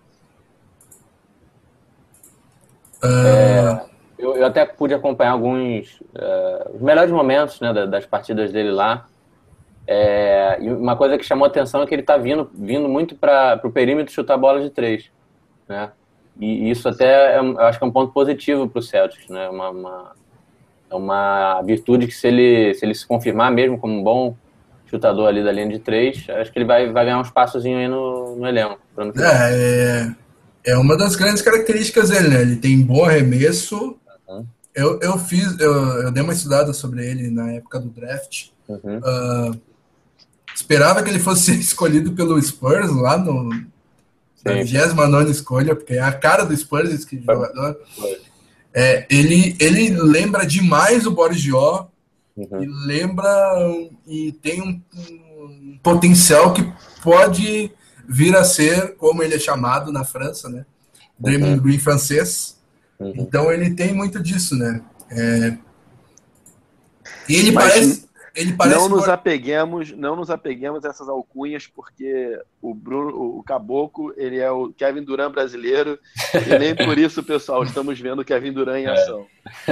Uh... É, eu, eu até pude acompanhar alguns uh, os melhores momentos, né, das partidas dele lá. É, e uma coisa que chamou a atenção é que ele está vindo, vindo muito para o perímetro chutar bola de três, né? E isso até é, eu acho que é um ponto positivo para o Celtics, né? Uma, uma, é uma virtude que se ele, se ele se confirmar mesmo como um bom chutador ali da linha de três, acho que ele vai, vai ganhar um espaçozinho aí no, no elenco. É, é, é uma das grandes características dele, né? Ele tem bom arremesso. Uhum. Eu, eu fiz, eu, eu dei uma estudada sobre ele na época do draft. Uhum. Uh, esperava que ele fosse escolhido pelo Spurs lá no na vigésima nona escolha, porque é a cara do Spurs esse jogador. É, ele, ele lembra demais o Boris Diaw, uhum. e lembra e tem um, um potencial que pode vir a ser, como ele é chamado na França, né? Draymond uhum. Green francês. Uhum. Então ele tem muito disso, né? É, e ele Mas... parece... Ele parece não nos apeguemos, não nos apeguemos a essas alcunhas, porque o Bruno, o Caboclo, ele é o Kevin Durant brasileiro, e nem por isso, pessoal, estamos vendo o Kevin Durant em ação.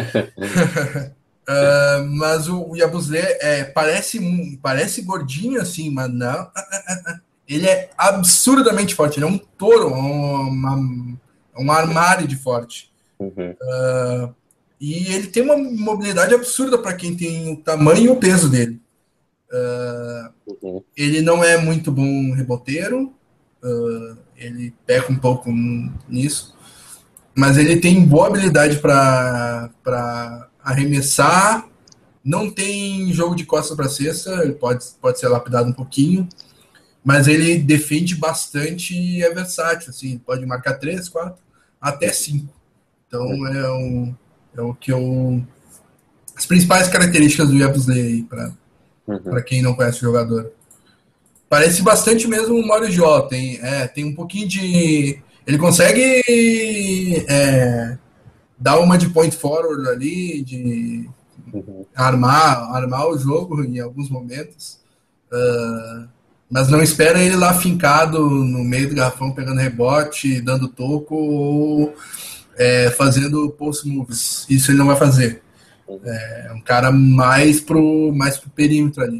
uh, mas o Yabusele é, parece, parece gordinho assim, mas não. Ele é absurdamente forte, ele é um touro, uma, um armário de forte. Uhum. Uh, E ele tem uma mobilidade absurda para quem tem o tamanho e o peso dele. Uh, uhum. Ele não é muito bom reboteiro, uh, ele peca um pouco nisso, mas ele tem boa habilidade para arremessar, não tem jogo de costas para cesta, ele pode, pode ser lapidado um pouquinho, mas ele defende bastante e é versátil, assim, pode marcar três, quatro, até cinco. Então é um... É o que eu... As principais características do Yabusele para uhum. quem não conhece o jogador. Parece bastante mesmo o Mario Diaw. Tem, é, tem um pouquinho de... Ele consegue é, dar uma de point forward ali, de uhum. armar, armar o jogo em alguns momentos. Uh, mas não espera ele lá fincado no meio do garrafão, pegando rebote, dando toco ou... É, fazendo post moves. Isso ele não vai fazer. É um cara mais pro, mais pro perímetro ali.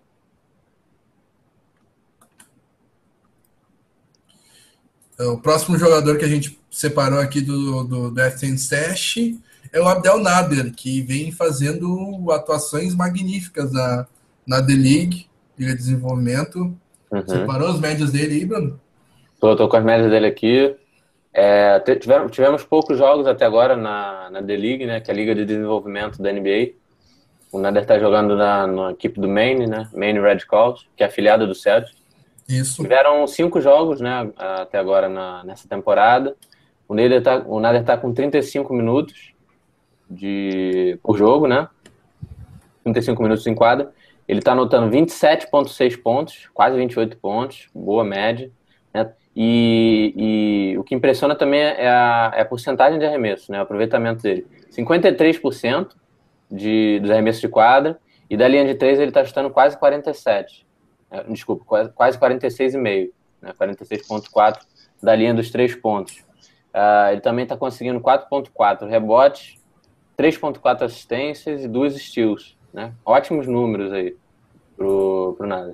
O próximo jogador que a gente separou aqui do, do Draft and Stash é o Abdel Nader, que vem fazendo atuações magníficas na, na D-League, Liga de Desenvolvimento. Uhum. Separou as médias dele aí, Bruno? Tô, tô com as médias dele aqui. É, tivemos, tivemos poucos jogos até agora na, na D-League, né, que é a Liga de Desenvolvimento da N B A. O Nader está jogando na, na equipe do Maine, né, Maine Red Calls, que é afiliada do Celtics. Isso. Tiveram cinco jogos, né, até agora na, nessa temporada. O Nader tá, o Nader tá com trinta e cinco minutos de, por jogo, né, trinta e cinco minutos em quadra. Ele está anotando vinte e sete vírgula seis pontos, quase vinte e oito pontos, boa média, né? E, e o que impressiona também é a, é a porcentagem de arremesso, né? O aproveitamento dele. cinquenta e três por cento de, dos arremessos de quadra, e da linha de três ele está chutando quase quarenta e sete por cento. Desculpa, quase, quase quarenta e seis vírgula cinco por cento, né? quarenta e seis vírgula quatro por cento da linha dos três pontos. Uh, ele também está conseguindo quatro vírgula quatro rebotes, três vírgula quatro assistências e duas steals, né? Ótimos números aí pro, pro Nader.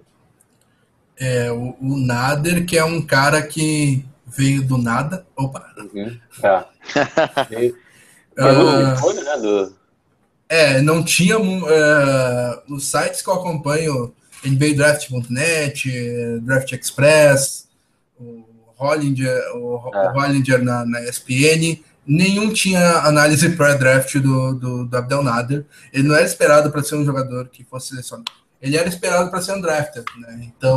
É, o, o Nader, que é um cara que veio do nada. Opa! Uhum. É. Pegou uh, o folha, né? Do... É, não tinha. Uh, os sites que eu acompanho, N B A Draft ponto net, Draft Express, o Hollinger, o, é. o Hollinger na, na E S P N, nenhum tinha análise pré-draft do, do, do Abdel Nader. Ele não era esperado para ser um jogador que fosse selecionado. Ele era esperado para ser um drafter, né? Então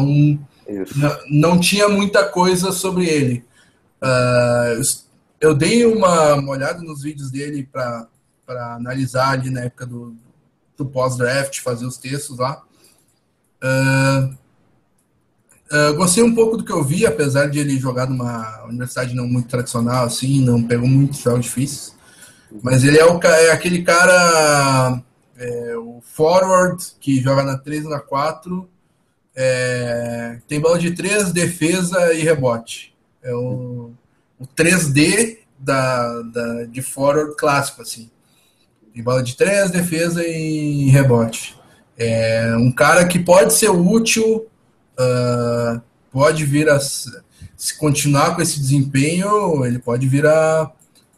não tinha muita coisa sobre ele. Uh, eu dei uma, uma olhada nos vídeos dele para analisar ali na época do, do pós-draft, fazer os textos lá. Uh, uh, gostei um pouco do que eu vi, apesar de ele jogar numa universidade não muito tradicional, assim, não pegou muitos jogos difíceis. Mas ele é, o, é aquele cara... É, o forward, que joga na três e na quatro, é, tem bola de três, defesa e rebote. É o, o três D da, da, de forward clássico, assim. Tem bola de três, defesa e rebote. É um cara que pode ser útil, uh, pode vir a... Se continuar com esse desempenho, ele pode vir a,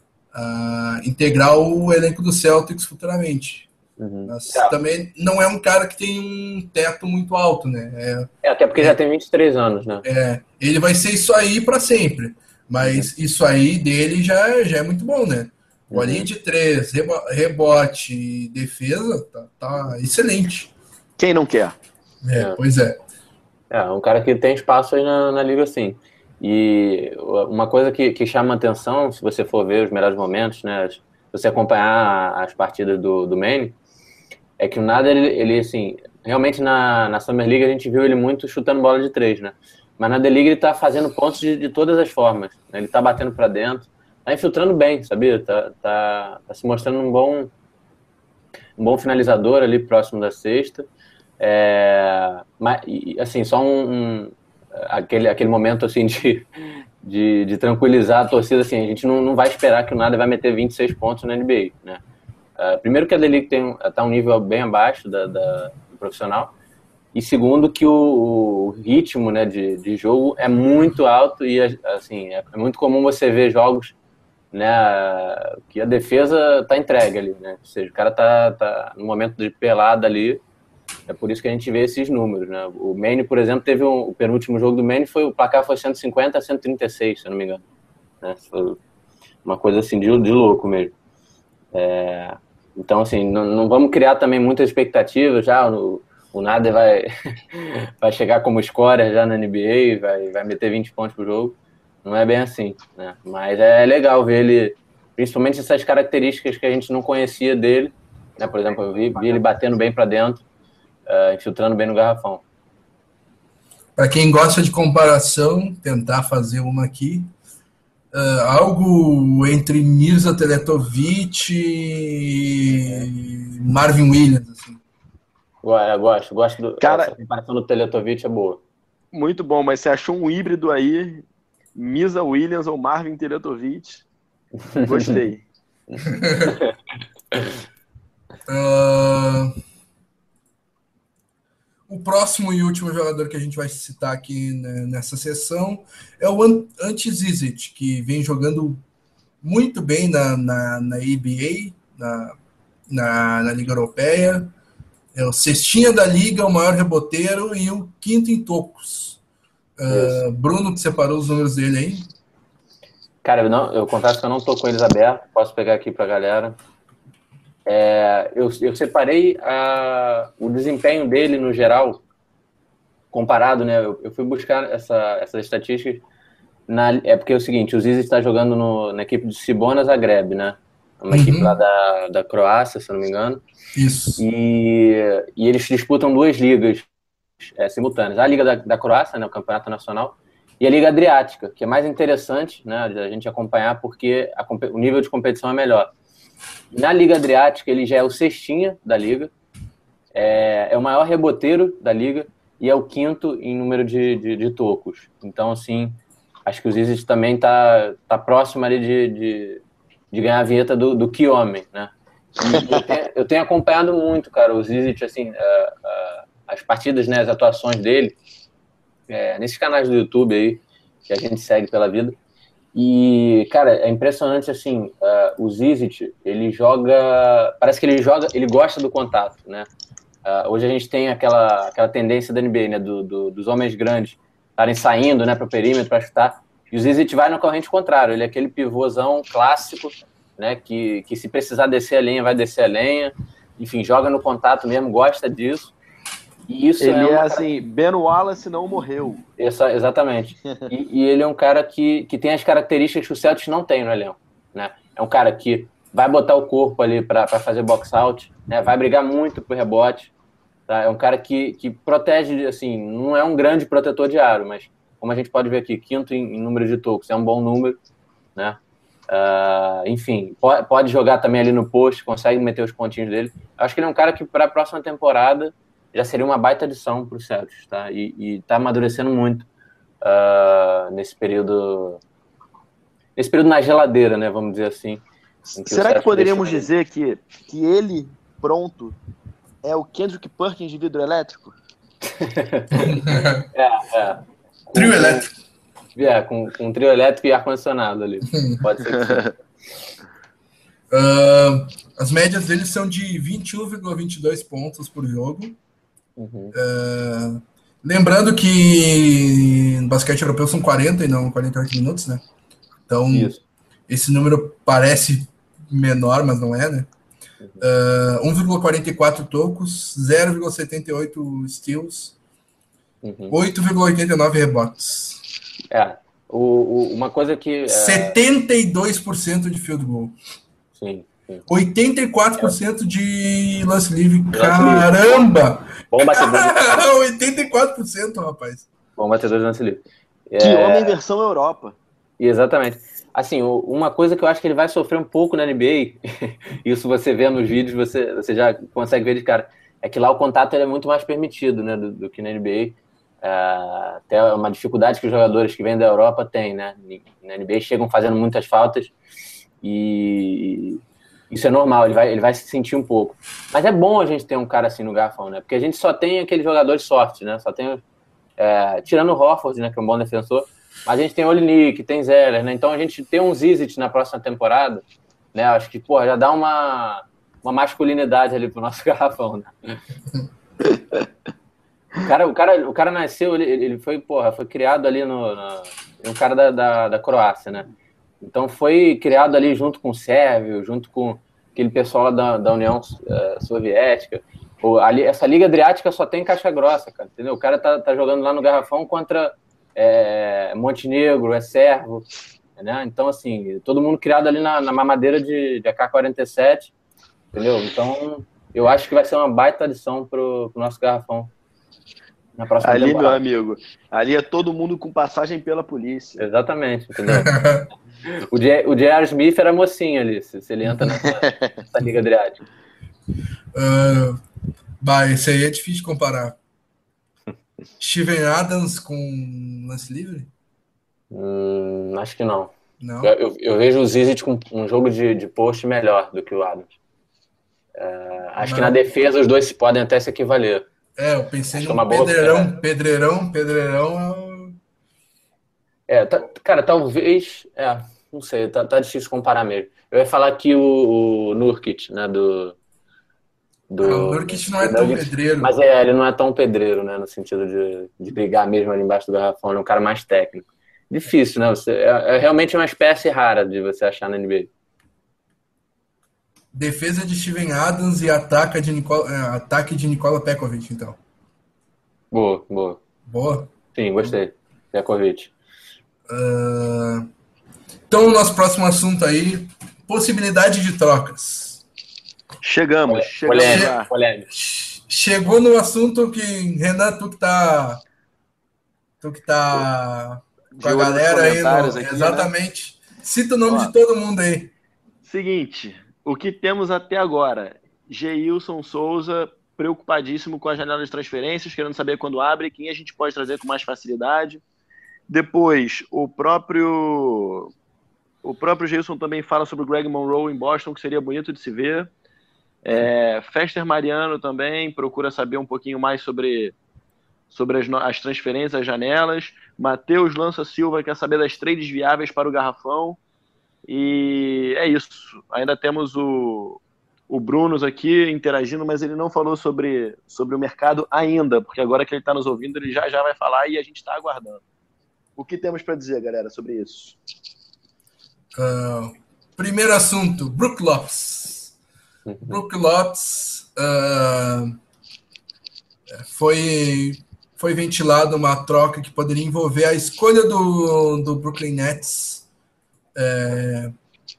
a integrar o elenco do Celtics futuramente. Uhum. Mas é. também não é um cara que tem um teto muito alto, né? É, é até porque é, já tem vinte e três anos, né? É, ele vai ser isso aí para sempre. Mas uhum. isso aí dele já, já é muito bom, né? Bolinha uhum. de três, rebo- rebote e defesa, tá, tá excelente. Quem não quer? É, é, pois é. É, um cara que tem espaço aí na, na liga, sim. E uma coisa que, que chama atenção, se você for ver os melhores momentos, né? Se você acompanhar as partidas do, do Maine, é que o Nader, ele, ele assim, realmente na, na Summer League a gente viu ele muito chutando bola de três, né? Mas na D-League ele tá fazendo pontos de, de todas as formas, né? Ele tá batendo para dentro, tá infiltrando bem, sabia? Tá, tá, tá se mostrando um bom, um bom finalizador ali próximo da cesta. É, mas, assim, só um, um, aquele, aquele momento, assim, de, de, de tranquilizar a torcida, assim, a gente não, não vai esperar que o Nader vai meter vinte e seis pontos na N B A, né? Uh, primeiro que a D-League está um nível bem abaixo da, da, do profissional, e segundo que o, o ritmo, né, de, de jogo é muito alto e assim, é, é muito comum você ver jogos, né, que a defesa está entregue ali, né? Ou seja, o cara está tá no momento de pelada ali, é por isso que a gente vê esses números, né? O Maine, por exemplo, teve um, o penúltimo jogo do Maine, foi, o placar foi cento e cinquenta a cento e trinta e seis, se eu não me engano, né? Foi uma coisa assim de, de louco mesmo. É... Então, assim, não, não vamos criar também muitas expectativas. Já o, o Nader vai, vai chegar como scorer já na N B A, vai, vai meter vinte pontos por jogo. Não é bem assim, né? Mas é legal ver ele, principalmente essas características que a gente não conhecia dele, né? Por exemplo, eu vi, vi ele batendo bem para dentro, uh, infiltrando bem no garrafão. Para quem gosta de comparação, tentar fazer uma aqui. Uh, algo entre Mirza Teletovic e Marvin Williams, assim. Eu gosto, gosto do, Cara, essa comparação do Teletovic é boa. Muito bom, mas você achou um híbrido aí, Mirza Williams ou Marvin Teletovic? Gostei. uh, o próximo e último jogador que a gente vai citar aqui, né, nessa sessão é o Ante Zizic, que vem jogando muito bem na, na, na N B A, na, na, na Liga Europeia. É o cestinha da Liga, o maior reboteiro e o quinto em tocos. Uh, Bruno, que separou os números dele aí. Cara, eu, não, eu confesso que eu não tô com eles abertos, posso pegar aqui pra galera. É, eu, eu separei a, o desempenho dele no geral, comparado, né? Eu, eu fui buscar essa, essas estatísticas. Na, é porque é o seguinte, o Zizic está jogando no, na equipe de Cibona Zagreb, né? Uma uhum. equipe lá da, da Croácia, se eu não me engano. Isso. E, e eles disputam duas ligas é, simultâneas. A Liga da, da Croácia, né, o Campeonato Nacional, e a Liga Adriática, que é mais interessante, né, a gente acompanhar porque a, o nível de competição é melhor. Na Liga Adriática, ele já é o cestinha da Liga, é, é o maior reboteiro da Liga e é o quinto em número de, de, de tocos. Então, assim, acho que o Zizic também está tá próximo ali de, de, de ganhar a vinheta do, do que homem, né? E eu, tenho, eu tenho acompanhado muito, cara, o Zizic, assim, uh, uh, as partidas, né, as atuações dele, é, nesses canais do YouTube aí, que a gente segue pela vida. E, cara, é impressionante, assim, uh, o Zizic, ele joga, parece que ele joga, ele gosta do contato, né? Uh, hoje a gente tem aquela, aquela tendência da N B A, né, do, do, dos homens grandes estarem saindo, né, para o perímetro, para chutar, e o Zizic vai na corrente contrária, ele é aquele pivôzão clássico, né, que, que se precisar descer a lenha, vai descer a lenha, enfim, joga no contato mesmo, gosta disso. E isso ele é, é uma... assim, Ben Wallace não morreu. Essa, exatamente. E, e ele é um cara que, que tem as características que o Celtics não tem no elenco, né? É um cara que vai botar o corpo ali para fazer box out, né? Vai brigar muito por rebote, tá? É um cara que, que protege, assim, não é um grande protetor de aro, mas como a gente pode ver aqui, quinto em, em número de tocos, é um bom número, né? Uh, enfim, pode, pode jogar também ali no post, consegue meter os pontinhos dele. Eu acho que ele é um cara que para a próxima temporada já seria uma baita adição para o Celtics, tá? E, e tá amadurecendo muito uh, nesse período nesse período na geladeira, né? Vamos dizer assim. Será que poderíamos dizer que, que ele, pronto, é o Kendrick Perkins de vidro elétrico? é, é. Com, trio elétrico. É, com, com um trio elétrico e ar-condicionado ali. Pode ser que sim. Uh, as médias deles são de vinte e um vírgula vinte e dois pontos por jogo. Uhum. Uh, lembrando que no basquete europeu são quarenta e não quarenta e oito minutos, né? Então, isso. Esse número parece menor, mas não é, né? Uh, um vírgula quarenta e quatro tocos, zero vírgula setenta e oito steals, uhum. oito vírgula oitenta e nove rebotes. É, o, o, uma coisa que... É... setenta e dois por cento de field goal. Sim. oitenta e quatro por cento de lance livre. Caramba! Bom batedor. oitenta e quatro por cento, rapaz. Bom batedor de lance livre. Que é... homem versão Europa. Exatamente. Assim, uma coisa que eu acho que ele vai sofrer um pouco na N B A, isso você vê nos vídeos, você, você já consegue ver de cara, é que lá o contato ele é muito mais permitido, né, do, do que na N B A. Uh, até uma dificuldade que os jogadores que vêm da Europa têm, né? Na N B A chegam fazendo muitas faltas e... Isso é normal, ele vai, ele vai se sentir um pouco. Mas é bom a gente ter um cara assim no garrafão, né? Porque a gente só tem aquele jogador de sorte, né? Só tem, é, tirando o Horford, né? Que é um bom defensor. Mas a gente tem o Olynyk, tem Zeller, né? Então a gente ter um Zizic na próxima temporada, né? Acho que, pô, já dá uma, uma masculinidade ali pro nosso garrafão, né? O cara, o cara, o cara nasceu, ele, ele foi, porra, foi criado ali no... no um cara da, da, da Croácia, né? Então foi criado ali junto com o Sérvio, junto com aquele pessoal lá da, da União uh, Soviética. O, ali, essa Liga Adriática só tem caixa grossa, cara, entendeu? O cara tá, tá jogando lá no garrafão contra é, Montenegro, é Sérvio, né? Então, assim, todo mundo criado ali na, na mamadeira de, de A K quarenta e sete, entendeu? Então, eu acho que vai ser uma baita adição pro, pro nosso garrafão. Na próxima ali, temporada. Meu amigo, ali é todo mundo com passagem pela polícia. Exatamente, entendeu? O J R. Smith era mocinho ali, se, se ele entra nessa, nessa Liga Adriática. Uh, bah, esse aí é difícil de comparar. Steven Adams com lance livre? Hum, acho que não. não. Eu, eu, eu vejo o Zizic com um jogo de, de post melhor do que o Adams. Uh, acho não. que na defesa os dois podem até se equivaler. É, eu pensei no pedreirão, boa, pedreirão, pedreirão. É, tá, cara, talvez. É, não sei, tá, tá difícil comparar mesmo. Eu ia falar que o, o Nurkic, né, do. do ah, o Nurkic não é tão Nuggets, pedreiro. Mas é, ele não é tão pedreiro, né, no sentido de, de brigar mesmo ali embaixo do garrafão, ele é um cara mais técnico. Difícil, né? Você, é, é realmente uma espécie rara de você achar na N B A. Defesa de Steven Adams e ataque de Nicola, ataque de Nikola Pekovic, então. Boa, boa. Boa? Sim, gostei. Pekovic. Uh... Então, o nosso próximo assunto aí, possibilidade de trocas. Chegamos, chegamos polêmica, lá. Polêmica. Chegou no assunto que, Renan, tu que tá... Tu que tá com a galera aí, no, aqui, exatamente. Né? Cita o nome Ó, de todo mundo aí. Seguinte, o que temos até agora? Geilson Souza, preocupadíssimo com a janela de transferências, querendo saber quando abre, quem a gente pode trazer com mais facilidade. Depois, o próprio o próprio Geilson também fala sobre o Greg Monroe em Boston, que seria bonito de se ver. É, Fester Mariano também procura saber um pouquinho mais sobre, sobre as, as transferências, as janelas. Matheus Lança Silva quer saber das trades viáveis para o Garrafão. E é isso. Ainda temos o, o Brunos aqui interagindo, mas ele não falou sobre, sobre o mercado ainda, porque agora que ele está nos ouvindo, ele já já vai falar e a gente está aguardando. O que temos para dizer, galera, sobre isso? Uh, primeiro assunto, Brook Lopes. Uhum. Brook Lopes uh, foi, foi ventilado uma troca que poderia envolver a escolha do, do Brooklyn Nets. É,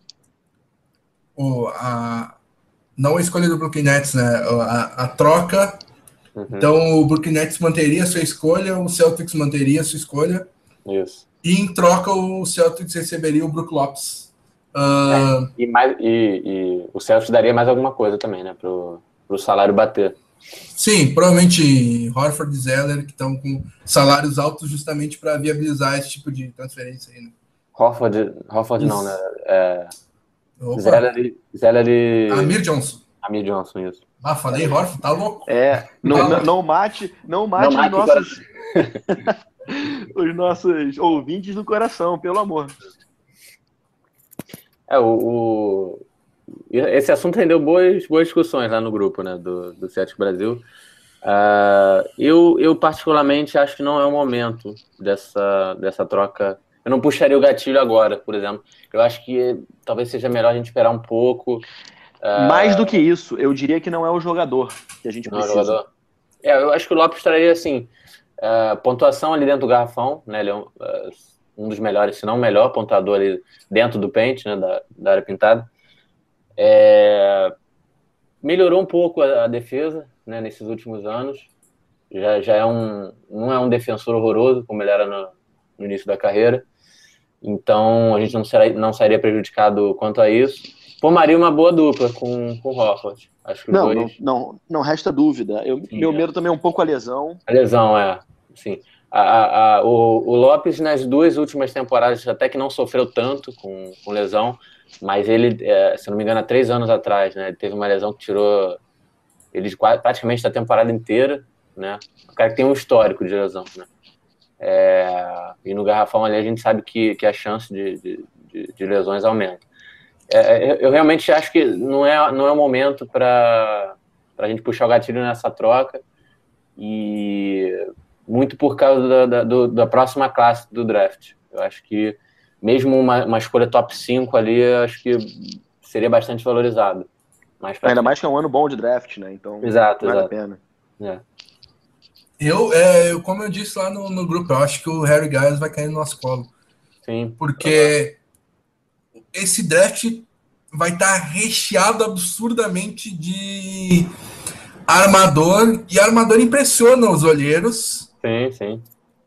o, a, não a escolha do Brooklyn Nets, né? A, a troca. Uhum. Então o Brooklyn Nets manteria a sua escolha, o Celtics manteria a sua escolha. Isso. E em troca o Celtics receberia o Brook Lopes. Uh... É, e, mais, e, e o Celtics daria mais alguma coisa também, né? Pro, pro salário bater. Sim, provavelmente Horford e Zeller, que estão com salários altos justamente para viabilizar esse tipo de transferência aí, né? Horford, Horford não, né? É, Zeller, Zeller e... Amir Johnson. Amir Johnson, isso. Ah, falei Horford, tá louco? É, não, tá não, não mate, não mate, não mate os nossos... os nossos ouvintes do coração, pelo amor. É, o, o... Esse assunto rendeu boas, boas discussões lá no grupo, né, do, do Celtics Brasil. Uh, eu, eu, particularmente, acho que não é o momento dessa, dessa troca. Eu não puxaria o gatilho agora, por exemplo. Eu acho que talvez seja melhor a gente esperar um pouco. Uh... Mais do que isso, eu diria que não é o jogador que a gente não precisa. É, o jogador. É, eu acho que o Lopes traria, assim, uh, pontuação ali dentro do garrafão, né? Ele é um, uh, um dos melhores, se não o melhor pontuador ali dentro do paint, né, da, da área pintada. É, melhorou um pouco a, a defesa, né, nesses últimos anos. Já, já é um, não é um defensor horroroso como ele era no, no início da carreira. Então a gente não, será, não sairia prejudicado quanto a isso. Formaria uma boa dupla com, com o Horford. Acho que não, dois... não, não, não resta dúvida. Eu, Sim, meu é. medo também é um pouco a lesão. A lesão, é. Sim. A, a, a, o, o Lopes, nas duas últimas temporadas, até que não sofreu tanto com, com lesão, mas ele, é, se não me engano, há três anos atrás, né, ele teve uma lesão que tirou ele de, praticamente da temporada inteira, né? O cara que tem um histórico de lesão, né? É, e no garrafão ali a gente sabe que, que a chance de, de, de, de lesões aumenta. É, eu realmente acho que não é, não é o momento para a gente puxar o gatilho nessa troca, e muito por causa da, da, do, da próxima classe do draft. Eu acho que mesmo uma, uma escolha top cinco ali, eu acho que seria bastante valorizado. Mais Ainda frente. Mais que é um ano bom de draft, né? Então exato, vale exato. a pena. É. Eu, é, eu, como eu disse lá no, no grupo, eu acho que o Harry Giles vai cair no nosso colo. Sim. Porque uhum. esse draft vai estar recheado absurdamente de armador, e armador impressiona os olheiros. Sim, sim.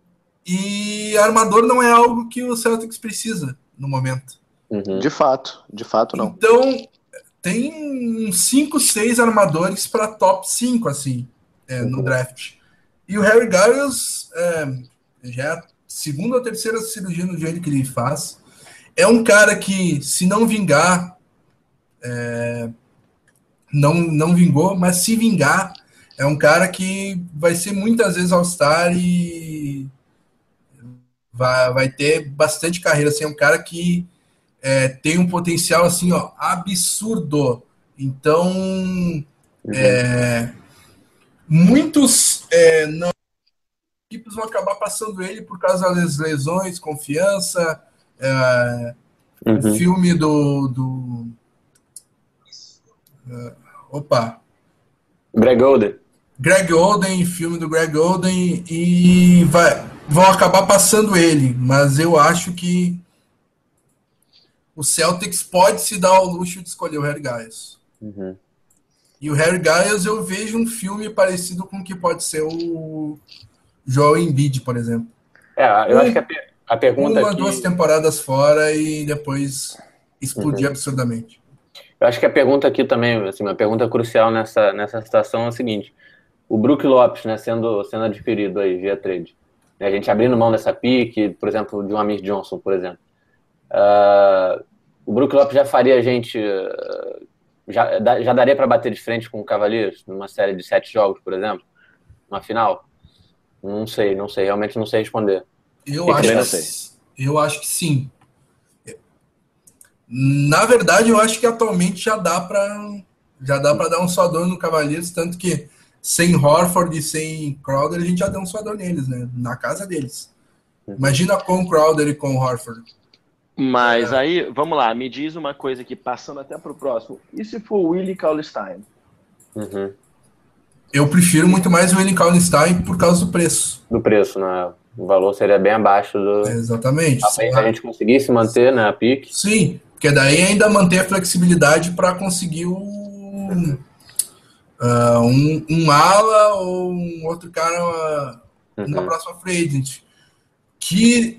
E armador não é algo que o Celtics precisa no momento. Uhum. De fato, de fato não. Então, tem uns cinco, seis armadores para top cinco, assim, é, uhum. no draft. E o Harry Giles, é, já é a segunda ou terceira cirurgia no joelho que ele faz. É um cara que, se não vingar, é, não, não vingou, mas se vingar, é um cara que vai ser muitas vezes All-Star e vai, vai ter bastante carreira. Assim, é um cara que é, tem um potencial assim, ó, absurdo. Então, uhum. é, muitos é, não, equipes vão acabar passando ele por causa das lesões, confiança. É, uhum. O filme do, do uh, opa Greg Oden Greg Oden, filme do Greg Oden, e vai, vão acabar passando ele, mas eu acho que o Celtics pode se dar ao luxo de escolher o Harry Giles. Uhum. E o Harry Giles eu vejo um filme parecido com o que pode ser o Joel Embiid, por exemplo. É, eu um... acho que a, A pergunta uma, aqui... duas temporadas fora e depois explodir uhum. absurdamente. Eu acho que a pergunta aqui também, assim, uma pergunta crucial nessa, nessa situação é a seguinte: o Brook Lopes, né, sendo, sendo adquirido aí via trade, a gente abrindo mão dessa pique, por exemplo, de um Amir Johnson, por exemplo. Uh, o Brook Lopes já faria a gente... Uh, já, já daria para bater de frente com o Cavaliers numa série de sete jogos, por exemplo? Uma final? Não sei, não sei. Realmente não sei responder. Eu, acho que, sei. eu acho que sim. Na verdade, eu acho que atualmente já dá para já dá para dar um suador no Cavaliers, tanto que sem Horford e sem Crowder, a gente já deu um suador neles, né? Na casa deles. Imagina com Crowder e com Horford. Mas é. aí, vamos lá, me diz uma coisa aqui, passando até pro próximo. E se for o Willie Cauley-Stein? Uhum. Eu prefiro muito mais o Willie Cauley-Stein por causa do preço. Do preço, né? O valor seria bem abaixo do... Exatamente. Se a gente conseguisse manter, né, a pique. Sim, porque daí ainda manter a flexibilidade para conseguir o, uh, um, um ala ou um outro cara uh, uhum. na próxima free agent. Que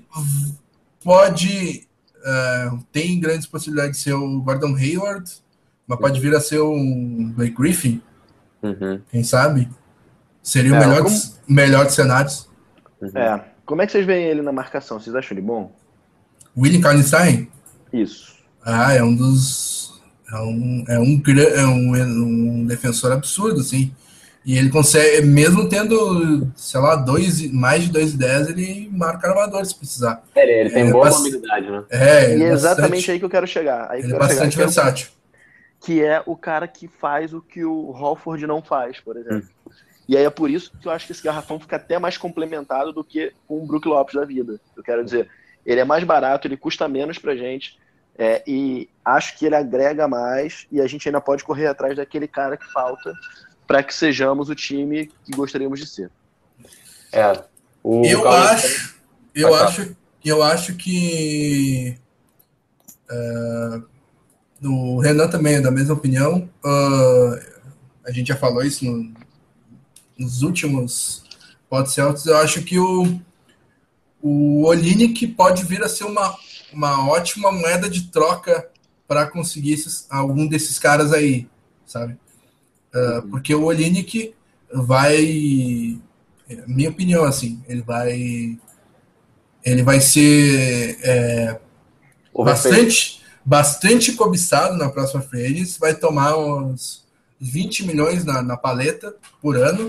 pode... Uh, tem grandes possibilidades de ser o Gordon Hayward, mas pode vir a ser o Blake Griffin. Uhum. Quem sabe? Seria é, o melhor, como... dos, melhor dos cenários. Uhum. É. Como é que vocês veem ele na marcação? Vocês acham ele bom? Willie Cauley-Stein? Isso. Ah, é um dos... É um, é um, é um, é um defensor absurdo, assim. E ele consegue, mesmo tendo, sei lá, dois, mais de dois e dez, ele marca armador se precisar. É, ele, ele tem é, boa bast... mobilidade, né? É, e é exatamente bastante... aí que eu quero chegar. Aí ele eu é bastante chegar. versátil. Que é o cara que faz o que o Horford não faz, por exemplo. Hum. E aí é por isso que eu acho que esse garrafão fica até mais complementado do que com o Brook Lopes da vida. Eu quero dizer, ele é mais barato, ele custa menos pra gente, é, e acho que ele agrega mais, e a gente ainda pode correr atrás daquele cara que falta para que sejamos o time que gostaríamos de ser. É. O eu acho, eu acho, eu acho que uh, o Renan também é da mesma opinião. Uh, a gente já falou isso no, nos últimos podcasts. Eu acho que o o Olynyk pode vir a ser uma, uma ótima moeda de troca para conseguir esses, algum desses caras aí, sabe? Uh, uhum. Porque o Olynyk vai, minha opinião, assim, ele vai ele vai ser é, bastante, bastante cobiçado na próxima free agency, vai tomar uns vinte milhões na, na paleta por ano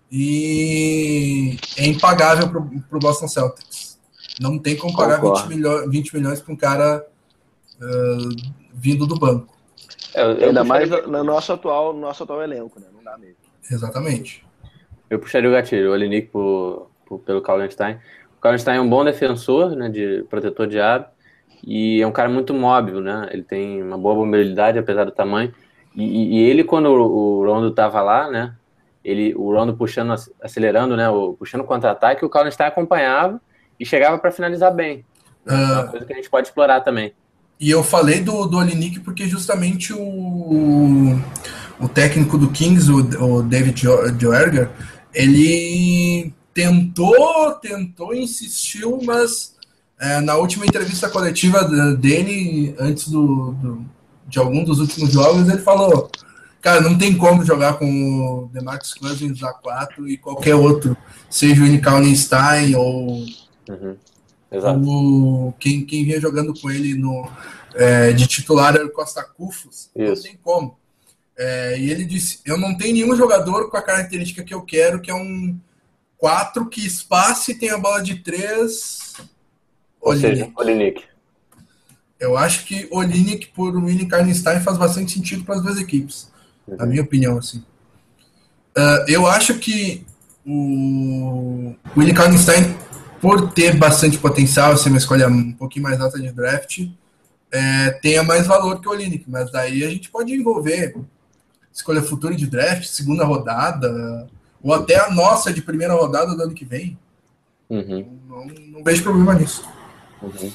e é impagável para o Boston Celtics. Não tem como pagar vinte milhões, vinte milhões para um cara uh, vindo do banco. É, eu Ainda mais no, no nosso atual, no nosso atual elenco, né? Não dá mesmo. Exatamente. Eu puxaria o gatilho, o Olynyk por, por, pelo Cauley-Stein. O Cauley-Stein é um bom defensor, né, de protetor de aro, e é um cara muito móvel, né? Ele tem uma boa mobilidade, apesar do tamanho. E, e ele, quando o, o Rondo estava lá, né? Ele, o Rondo puxando, acelerando, né? O, puxando contra-ataque, o Cauley-Stein acompanhava e chegava para finalizar bem. É uma coisa que a gente pode explorar também. E eu falei do, do Olynyk porque justamente o, o técnico do Kings, o, o David Joerger, ele tentou, tentou, insistiu, mas é, na última entrevista coletiva dele, antes do, do, de algum dos últimos jogos, ele falou: cara, não tem como jogar com o DeMarcus Cousins A quatro e qualquer outro, seja o Willie Cauley-Stein ou... Uhum. Exato. O, quem, quem vinha jogando com ele no, é, de titular era o Costa Cufos. Não tem como. É, e ele disse: eu não tenho nenhum jogador com a característica que eu quero, que é um quatro que espace e tem a bola de três. Ou seja, Olynyk. Eu acho que Olynyk por Willie Cauley-Stein faz bastante sentido para as duas equipes, uhum. na minha opinião. Assim. Uh, eu acho que o Willie Cauley-Stein, por ter bastante potencial, ser uma escolha um pouquinho mais alta de draft, é, tenha mais valor que o Olynyk, mas daí a gente pode envolver escolha futura de draft, segunda rodada, ou até a nossa de primeira rodada do ano que vem. Uhum. Não, não vejo problema nisso. Uhum.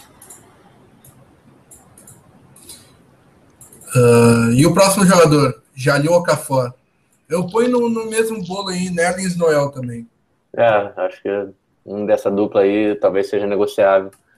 Uh, e o próximo jogador, Jahlil Okafor. Eu ponho no, no mesmo bolo aí, Nerlens Noel também. É, acho que um dessa dupla aí talvez seja negociável.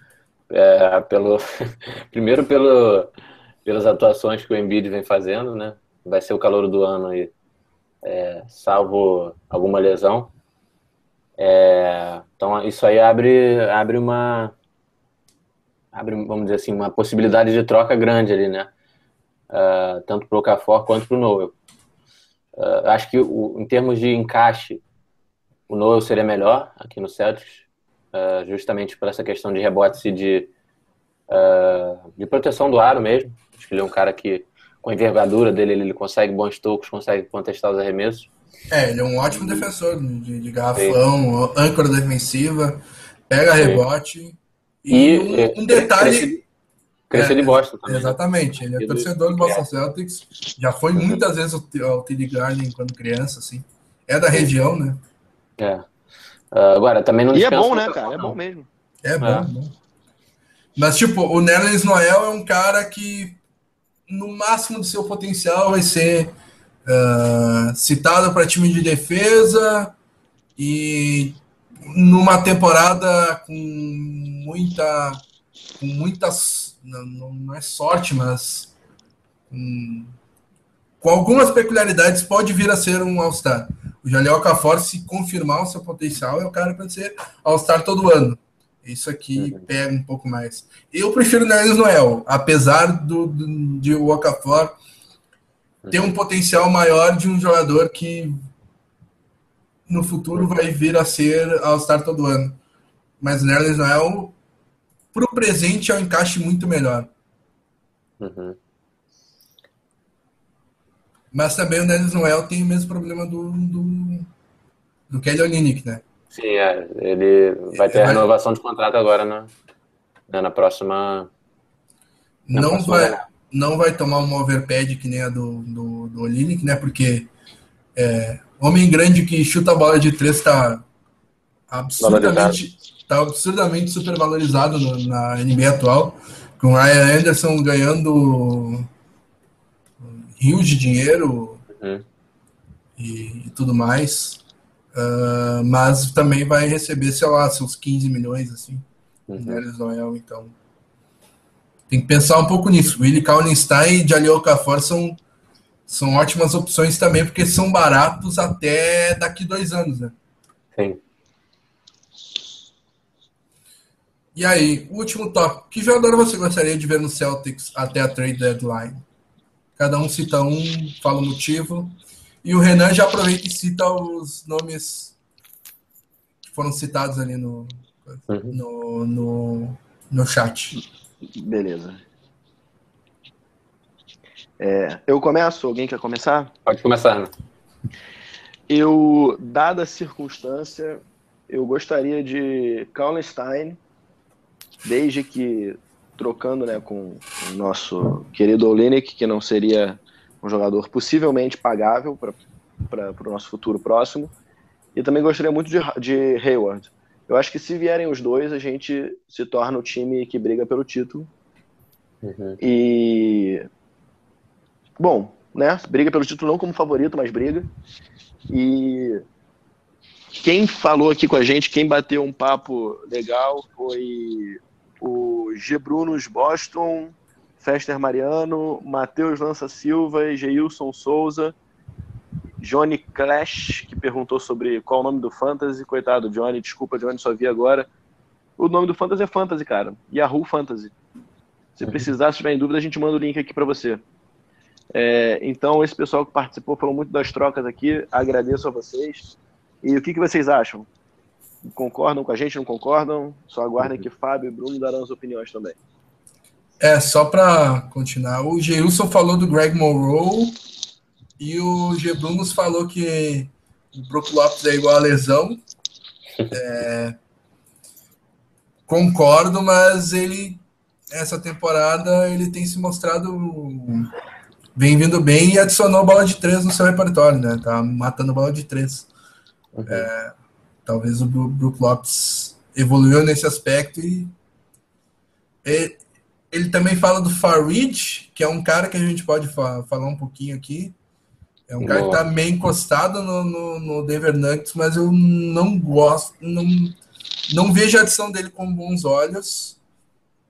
É, pelo, primeiro pelo, pelas atuações que o Embiid vem fazendo, né? Vai ser o calor do ano aí, é, salvo alguma lesão. É, então isso aí abre, abre uma abre, vamos dizer assim, uma possibilidade de troca grande ali, né? Uh, tanto para o Okafor quanto para o Noel. Uh, acho que o, em termos de encaixe, o Noel seria melhor aqui no Celtics, uh, justamente por essa questão de rebotes e de, uh, de proteção do aro mesmo. Acho que ele é um cara que, com a envergadura dele, ele consegue bons tocos, consegue contestar os arremessos. É, ele é um ótimo defensor de, de garrafão, sim, âncora defensiva, pega sim, rebote. E, e um, um detalhe... Crescer de Boston também. Exatamente, né? Ele é torcedor do Boston Celtics, já foi muitas vezes ao T D Garden quando criança, assim. É da região, né? É. Uh, agora, também não E é bom, né, cara? É bom mesmo. É bom, é bom. Mas, tipo, o Nerlens Noel é um cara que, no máximo do seu potencial, vai ser uh, citado para time de defesa e numa temporada com muita... com muitas... Não, não é sorte, mas com, com algumas peculiaridades pode vir a ser um All-Star. O Jahlil Okafor, se confirmar o seu potencial, é o cara para ser All-Star todo ano. Isso aqui uhum. pega um pouco mais. Eu prefiro o Nerlens Noel, apesar do, do, de o Okafor uhum. ter um potencial maior de um jogador que no futuro uhum. vai vir a ser All-Star todo ano. Mas o Nerlens Noel, pro presente, é um encaixe muito melhor. Uhum. Mas também o Nerlens Noel tem o mesmo problema do, do, do Kelly Olynyk, né? Sim, é. Ele vai ter a renovação de contrato agora na, né, na próxima. Na não, próxima vai, não vai tomar uma overpad que nem a do, do, do Olynyk, né? Porque é, homem grande que chuta a bola de três tá absurdamente, tá absurdamente supervalorizado no, na N B A atual. Com o Ryan Anderson ganhando rios de dinheiro uhum. e, e tudo mais. Uh, mas também vai receber, sei lá, seus quinze milhões, assim, uhum. Nerlens Noel, então tem que pensar um pouco nisso. Willie Cauley-Stein e Jahlil Okafor são, são ótimas opções também, porque são baratos até daqui dois anos, né? Sim. E aí, último tópico. Que jogador você gostaria de ver no Celtics até a trade deadline? Cada um cita um, fala o motivo. E o Renan já aproveita e cita os nomes que foram citados ali no, uhum. no, no, no chat. Beleza. É, eu começo? Alguém quer começar? Pode começar, né? Eu, dada a circunstância, eu gostaria de Cauley-Stein, desde que, trocando, né, com o nosso querido Olynyk, que não seria um jogador possivelmente pagável para o nosso futuro próximo. E também gostaria muito de, de Hayward. Eu acho que se vierem os dois, a gente se torna o time que briga pelo título. Uhum. E... Bom, né? Briga pelo título não como favorito, mas briga. E quem falou aqui com a gente, quem bateu um papo legal foi o G. Brunos Boston, Fester Mariano, Matheus Lança Silva e Geilson Souza, Johnny Clash, que perguntou sobre qual o nome do Fantasy. Coitado, Johnny, desculpa, Johnny, só vi agora. O nome do Fantasy é Fantasy, cara. Yahoo Fantasy. Se precisar, se tiver em dúvida, a gente manda o link aqui para você. É, então, esse pessoal que participou falou muito das trocas aqui. Agradeço a vocês. E o que, que vocês acham? Concordam com a gente, não concordam? Só aguardem que Fábio e Bruno darão as opiniões também. É, só para continuar, o Geilson falou do Greg Monroe e o G. Brunos falou que o Brook Lopes é igual a lesão. É, concordo, mas ele, essa temporada, ele tem se mostrado vem vindo bem e adicionou bola de três no seu repertório, né? Tá matando bola de três. Uhum. É, talvez o Brook Lopes evoluiu nesse aspecto e ele, ele também fala do Farid, que é um cara que a gente pode fa- falar um pouquinho aqui. É um cara Boa. que tá meio encostado no, no, no Denver Nuggets, mas eu não gosto, não, não vejo a adição dele com bons olhos.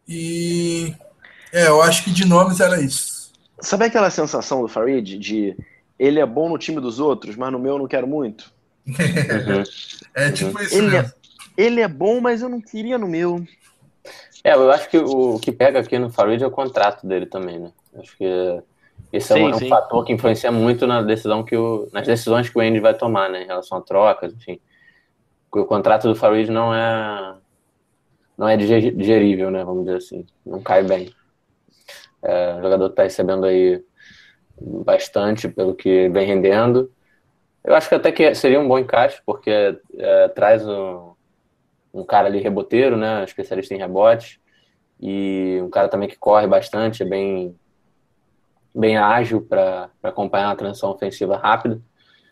E é, eu acho que de nomes era isso. Sabe aquela sensação do Farid de ele é bom no time dos outros, mas no meu eu não quero muito? Uhum. É tipo Uhum. isso Ele é, mesmo. ele é bom, mas eu não queria no meu. É, eu acho que o, o que pega aqui no Farid é o contrato dele também, né? Acho que esse é um, Sim, é um sim. fator que influencia muito na decisão que o, nas decisões que o Andy vai tomar, né? Em relação a trocas, enfim. Porque o contrato do Farid não é não é diger- digerível, né? Vamos dizer assim. Não cai bem. É, o jogador está recebendo aí bastante pelo que vem rendendo. Eu acho que até que seria um bom encaixe, porque é, traz um, um cara ali reboteiro, né? Especialista em rebote. E um cara também que corre bastante, é bem, bem ágil para acompanhar uma transição ofensiva rápida.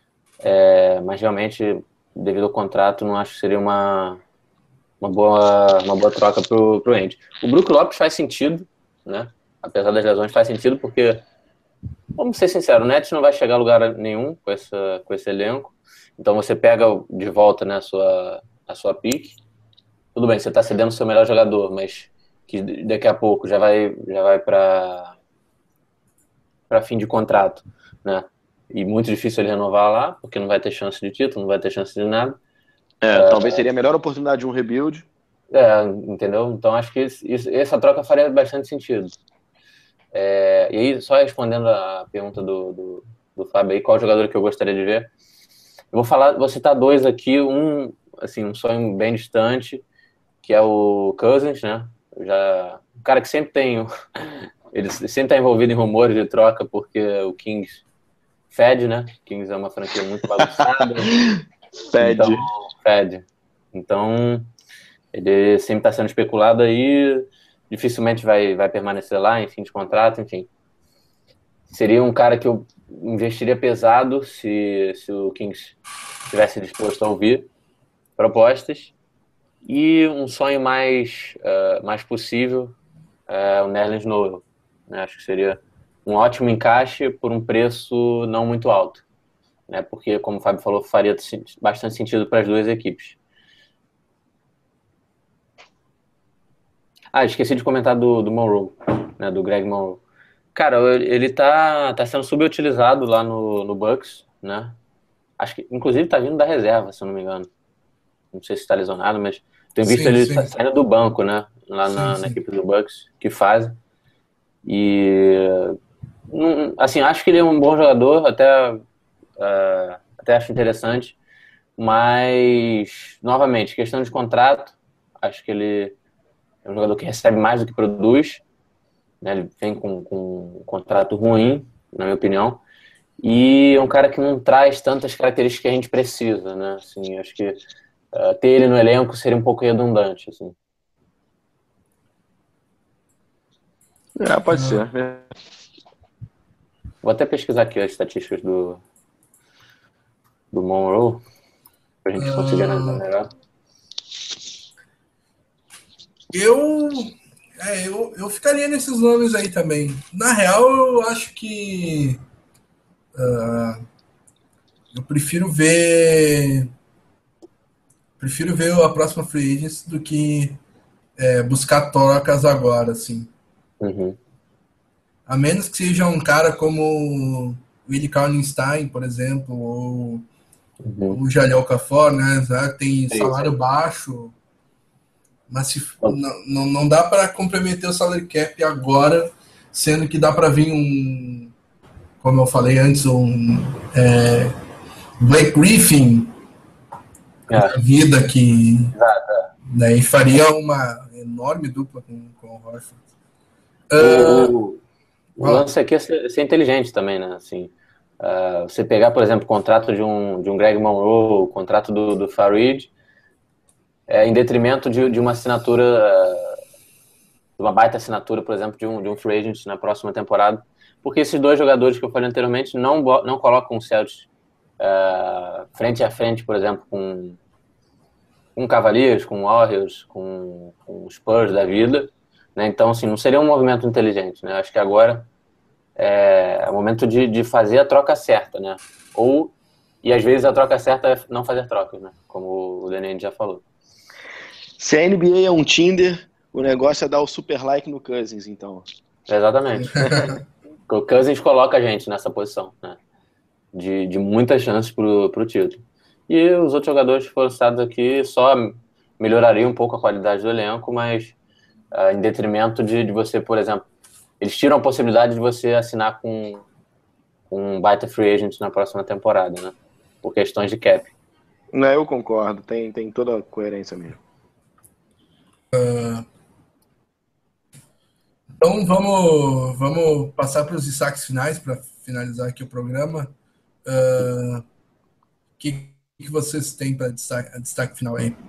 É, mas realmente, devido ao contrato, não acho que seria uma, uma, boa, uma boa troca pro, pro Andy. O Brook Lopes faz sentido, né? Apesar das lesões, faz sentido porque, vamos ser sinceros, o Nets não vai chegar a lugar nenhum com, essa, com esse elenco. Então você pega de volta, né, a sua, a sua pique. Tudo bem, você está cedendo o seu melhor jogador, mas que daqui a pouco já vai, já vai para para fim de contrato, né? E muito difícil ele renovar lá, porque não vai ter chance de título, não vai ter chance de nada. É, talvez seria a melhor oportunidade de um rebuild. É, entendeu? Então acho que isso, essa troca faria bastante sentido. É, e aí, só respondendo a pergunta do, do, do Fábio aí, qual jogador que eu gostaria de ver? Eu vou falar, vou citar dois aqui, um, assim, um sonho bem distante, que é o Cousins, né? Eu já, um cara que sempre tem, ele sempre está envolvido em rumores de troca, porque o Kings fede, né? Kings é uma franquia muito bagunçada. Então, Fed. fede. Então, ele sempre está sendo especulado aí, dificilmente vai, vai permanecer lá em fim de contrato, enfim. Seria um cara que eu investiria pesado se, se o Kings estivesse disposto a ouvir propostas. E um sonho mais, uh, mais possível é o Nerlens Noel. Né? Acho que seria um ótimo encaixe por um preço não muito alto. Né? Porque, como o Fábio falou, faria bastante sentido para as duas equipes. Ah, esqueci de comentar do, do Monroe, né? Do Greg Monroe. Cara, ele tá, tá sendo subutilizado lá no, no Bucks, né? Acho que, inclusive, tá vindo da reserva, se eu não me engano. Não sei se está lesionado, mas tenho visto Sim, ele sim. sa- saindo do banco, né? Lá Sim, na, na sim. equipe do Bucks, que faz. E, não- assim, acho que ele é um bom jogador, até, uh, até acho interessante. Mas, novamente, questão de contrato, acho que ele é um jogador que recebe mais do que produz. Né? Ele vem com, com um contrato ruim, na minha opinião. E é um cara que não traz tantas características que a gente precisa, né? Assim, acho que uh, ter ele no elenco seria um pouco redundante, assim. É, pode Ah, ser. Vou até pesquisar aqui as estatísticas do, do Monroe, pra gente conseguir analisar ah, melhor. eu, é, eu, eu ficaria nesses nomes aí também. Na real, eu acho que ah, eu prefiro ver prefiro ver a próxima free agency do que é, buscar trocas agora, assim. Uhum, A menos que seja um cara como o Willie Kallenstein, por exemplo, ou uhum. o Jaleel Okafor, né? Já tem Sim, salário sim. baixo, mas se, não, não, não dá para comprometer o salary cap agora, sendo que dá para vir um, como eu falei antes, um é, Blake Griffin É, da vida que exato. daí faria uma enorme dupla com, com o Horford. O, o, o Ó, lance aqui é ser, ser inteligente também, né? Assim, uh, você pegar, por exemplo, o contrato de um, de um Greg Monroe, o contrato do, do Farid, é, em detrimento de, de uma assinatura, uh, de uma baita assinatura, por exemplo, de um, de um free agent na próxima temporada. Porque esses dois jogadores que eu falei anteriormente não, não colocam o Celtics uh, frente a frente, por exemplo, com com Cavaliers, com Warriors, com, com Spurs da vida, né? Então, assim, não seria um movimento inteligente, né? Acho que agora é o momento de, de fazer a troca certa, né? Ou, e às vezes a troca certa é não fazer trocas, né? Como o Daniel já falou. Se a N B A é um Tinder, O negócio é dar o super like no Cousins, então. Exatamente. O Cousins coloca a gente nessa posição, né? De, de muitas chances pro, pro título. E os outros jogadores que foram citados aqui só melhorariam um pouco a qualidade do elenco, mas uh, em detrimento de, de você, por exemplo, eles tiram a possibilidade de você assinar com, com um baita free agent na próxima temporada, né? Por questões de cap. Não, eu concordo, tem, tem toda a coerência mesmo. Uh, então vamos, vamos passar para os destaques finais para finalizar aqui o programa. O uh, que, que vocês têm para destaque, destaque final aí?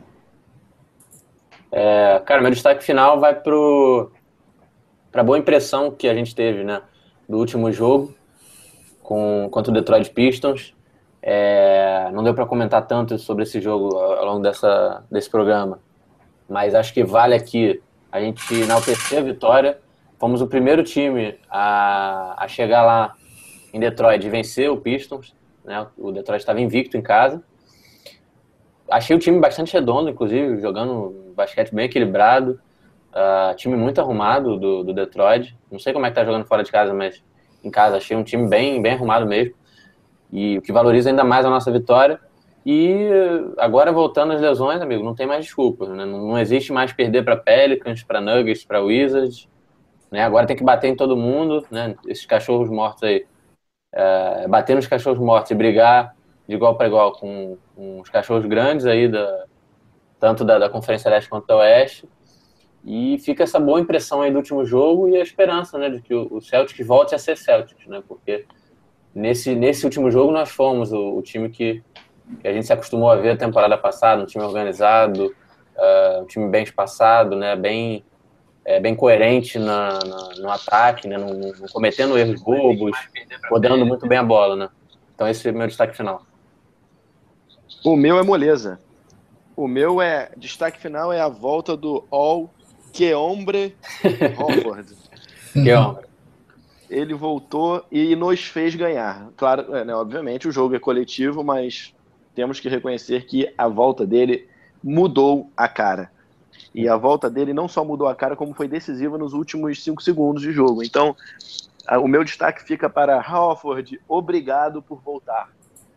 É, cara, meu destaque final vai para a boa impressão que a gente teve, né, do último jogo com, contra o Detroit Pistons. É, não deu para comentar tanto sobre esse jogo ao longo dessa, desse programa, mas acho que vale aqui a gente enaltecer a vitória. Fomos o primeiro time a, a chegar lá em Detroit e vencer o Pistons, né? O Detroit estava invicto em casa. Achei o time bastante redondo, inclusive, jogando um basquete bem equilibrado. Uh, time muito arrumado do, do Detroit. Não sei como é que tá jogando fora de casa, mas em casa achei um time bem, bem arrumado mesmo. E o que valoriza ainda mais a nossa vitória. E agora, voltando às lesões, amigo, não tem mais desculpa, né? Não, não existe mais perder para Pelicans, para Nuggets, para Wizards, né? Agora tem que bater em todo mundo, né? Esses cachorros mortos aí. É, bater nos cachorros mortos e brigar de igual para igual com, com os cachorros grandes aí, da, tanto da, da Conferência Leste quanto da Oeste. E fica essa boa impressão aí do último jogo e a esperança, né, de que o, o Celtics volte a ser Celtics, né? Porque nesse, nesse último jogo nós fomos o, o time que que a gente se acostumou a ver a temporada passada, um time organizado, uh, um time bem espaçado, né, bem, é, bem coerente na, na, no ataque, né, não, não cometendo erros bobos, rodando muito bem a bola, né. Então esse é o meu destaque final. O meu é moleza. O meu é destaque final é a volta do All Que Hombre Horford. Que homem. Ele voltou e nos fez ganhar. Claro, é, né, obviamente o jogo é coletivo, mas temos que reconhecer que a volta dele mudou a cara. E a volta dele não só mudou a cara, como foi decisiva nos últimos cinco segundos de jogo. Então, a, o meu destaque fica para Horford. Obrigado por voltar.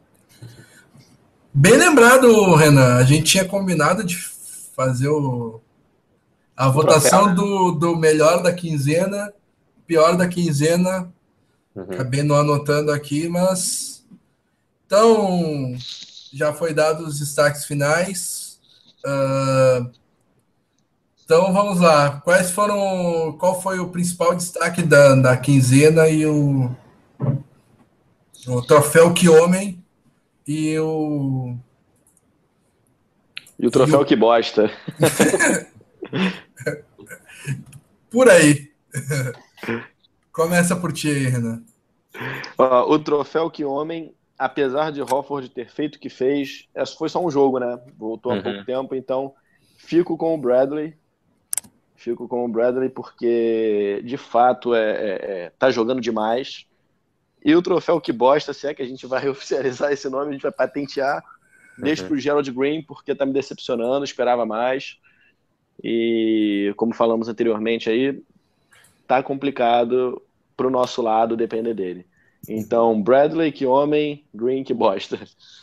Bem lembrado, Renan. A gente tinha combinado de fazer o, a o votação troféu, né? do, do melhor da quinzena, pior da quinzena. Uhum. Acabei não anotando aqui, mas... Então... Já foi dado os destaques finais. Uh, então vamos lá. Quais foram? Qual foi o principal destaque da, da quinzena e o, o troféu Que Homem e o e o troféu e o... Que Bosta. Por aí. Começa por ti aí, Renan. Uh, o troféu Que Homem, apesar de Horford ter feito o que fez, foi só um jogo, né? Voltou há uhum. pouco tempo, então fico com o Bradley. Fico com o Bradley porque, de fato, é, é, é, tá jogando demais. E o troféu Que Bosta, se é que a gente vai oficializar esse nome, a gente vai patentear. Uhum. Deixo pro Gerald Green, porque tá me decepcionando, esperava mais. E, como falamos anteriormente aí, tá complicado pro nosso lado depender dele. Então, Bradley, Que Homem, Green, Que Bosta.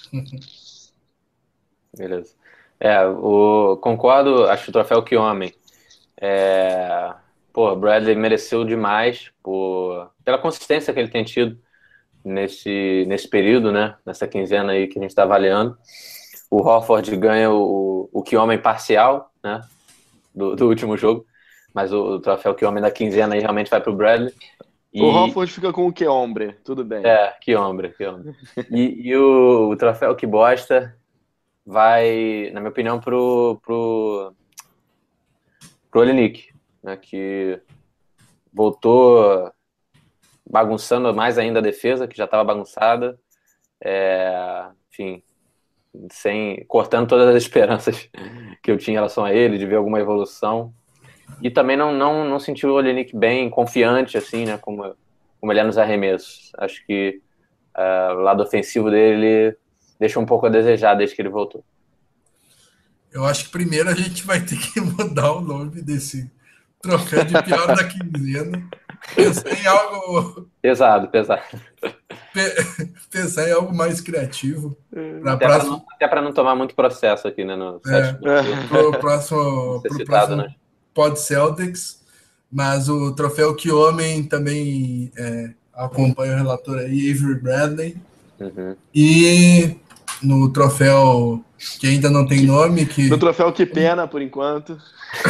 Beleza. É, o, concordo, acho que o troféu Que Homem. É, pô, Bradley mereceu demais por, pela consistência que ele tem tido nesse, nesse período, né? Nessa quinzena aí que a gente está avaliando. O Horford ganha o, o Que Homem parcial, né? Do, do último jogo. Mas o, o troféu Que Homem da quinzena aí realmente vai pro Bradley. E... O Horford fica com o Que Hombre, tudo bem. É, Que Hombre, Que Hombre. E, e o, o troféu Que Bosta vai, na minha opinião, pro, pro, pro Olynyk, né, que voltou bagunçando mais ainda a defesa, que já estava bagunçada, é, enfim, sem, cortando todas as esperanças que eu tinha em relação a ele, de ver alguma evolução. E também não, não, não senti o Olynyk bem confiante, assim, né, como, como ele é nos arremessos. Acho que uh, o lado ofensivo dele deixa um pouco a desejar desde que ele voltou. Eu acho que primeiro a gente vai ter que mudar o nome desse, Troféu de pior da quinzena. Pensar em algo. Pesado, pesado. Pe- Pensar em algo mais criativo. Para Até para próximo. não, até pra não tomar muito processo aqui, né? No sétimo. Pro próximo, Ser pro citado, próximo né? Pod Celtics. Mas o troféu que homem também é, acompanha o relator aí, Avery Bradley. Uhum. E no troféu que ainda não tem nome, que No troféu que pena, por enquanto.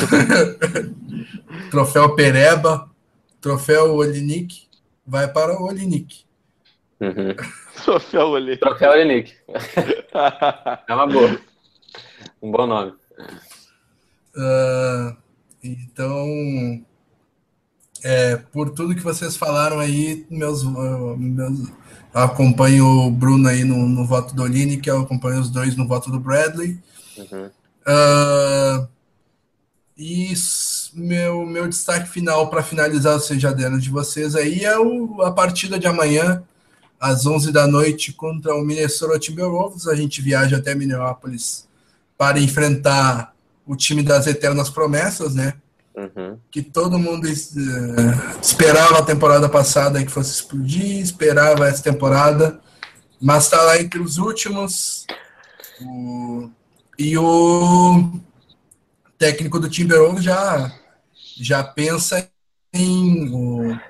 troféu Pereba, troféu Olinik, vai para o Olinik. Uhum. Troféu ali. Troféu Olinick. É uma boa. Um bom nome. Uh, então, é, por tudo que vocês falaram aí, meus, uh, meus eu acompanho o Bruno aí no, no voto do Olinik, eu acompanho os dois no voto do Bradley. Uhum. Uh, e meu, meu destaque final para finalizar os sejadenos de vocês aí é o, a partida de amanhã, às onze da noite, contra o Minnesota Timberwolves. A gente viaja até Minneapolis para enfrentar o time das eternas promessas, né? Uhum. Que todo mundo uh, esperava a temporada passada que fosse explodir, esperava essa temporada, mas está lá entre os últimos. O, e o técnico do Timberwolves já, já pensa em... O,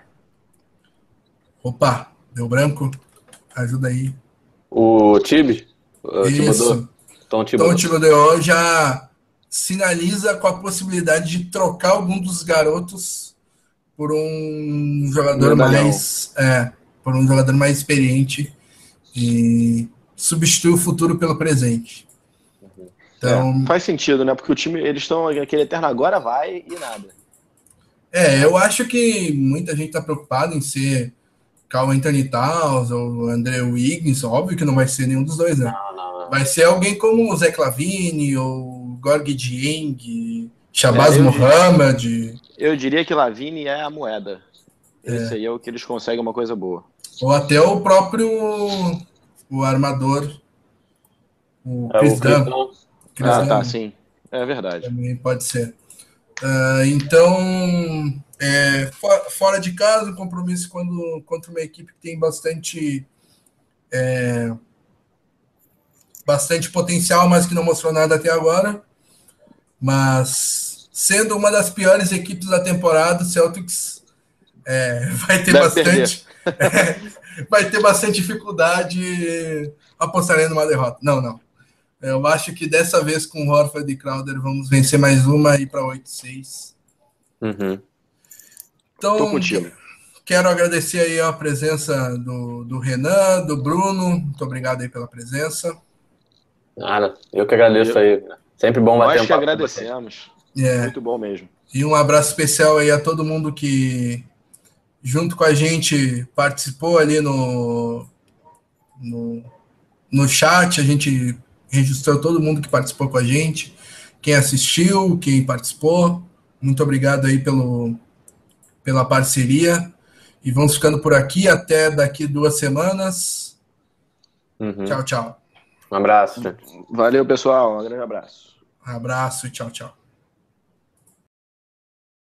opa, deu branco? Ajuda aí. O Tibe? O Isso. Tom Tom Thibodeau já sinaliza com a possibilidade de trocar algum dos garotos por um jogador Medalhão. mais é, por um jogador mais experiente e substituir o futuro pelo presente. Então, é, faz sentido, né? Porque o time, eles estão aquele eterno agora vai e nada. É, eu acho que muita gente está preocupada em ser Karl Anthony Towns ou André Wiggins. Óbvio que não vai ser nenhum dos dois, né? Não, não, não. Vai ser alguém como o Zé Clavini ou Gorgui Dieng, Shabazz É, eu Muhammad. Eu diria que Lavine é a moeda. Esse é. aí é o que eles conseguem uma coisa boa. Ou até o próprio o armador, o É Chris o Chris Dunn. Dunn. Chris Ah, Dunn tá, sim. É verdade. também pode ser. Uh, então, é, for, fora de casa, um compromisso quando, contra uma equipe que tem bastante é, bastante potencial, mas que não mostrou nada até agora. Mas sendo uma das piores equipes da temporada, o Celtics é, vai ter Deve bastante é, vai ter bastante dificuldade apostarem numa derrota. Não, não. Eu acho que dessa vez com Horford e Crowder vamos vencer mais uma e ir para oito a seis. Uhum. Então, Tô contigo. Quero agradecer aí a presença do, do Renan, do Bruno. Muito obrigado aí pela presença. Nada, eu que agradeço eu... aí. Sempre bom bater Nós um que papo agradecemos. É. Muito bom mesmo. E um abraço especial aí a todo mundo que, junto com a gente, participou ali no, no, no chat. A gente registrou todo mundo que participou com a gente. Quem assistiu, quem participou. Muito obrigado aí pelo, pela parceria. E vamos ficando por aqui até daqui duas semanas. Uhum. Tchau, tchau. Um abraço. Valeu, pessoal. Um grande abraço. Um abraço e tchau, tchau.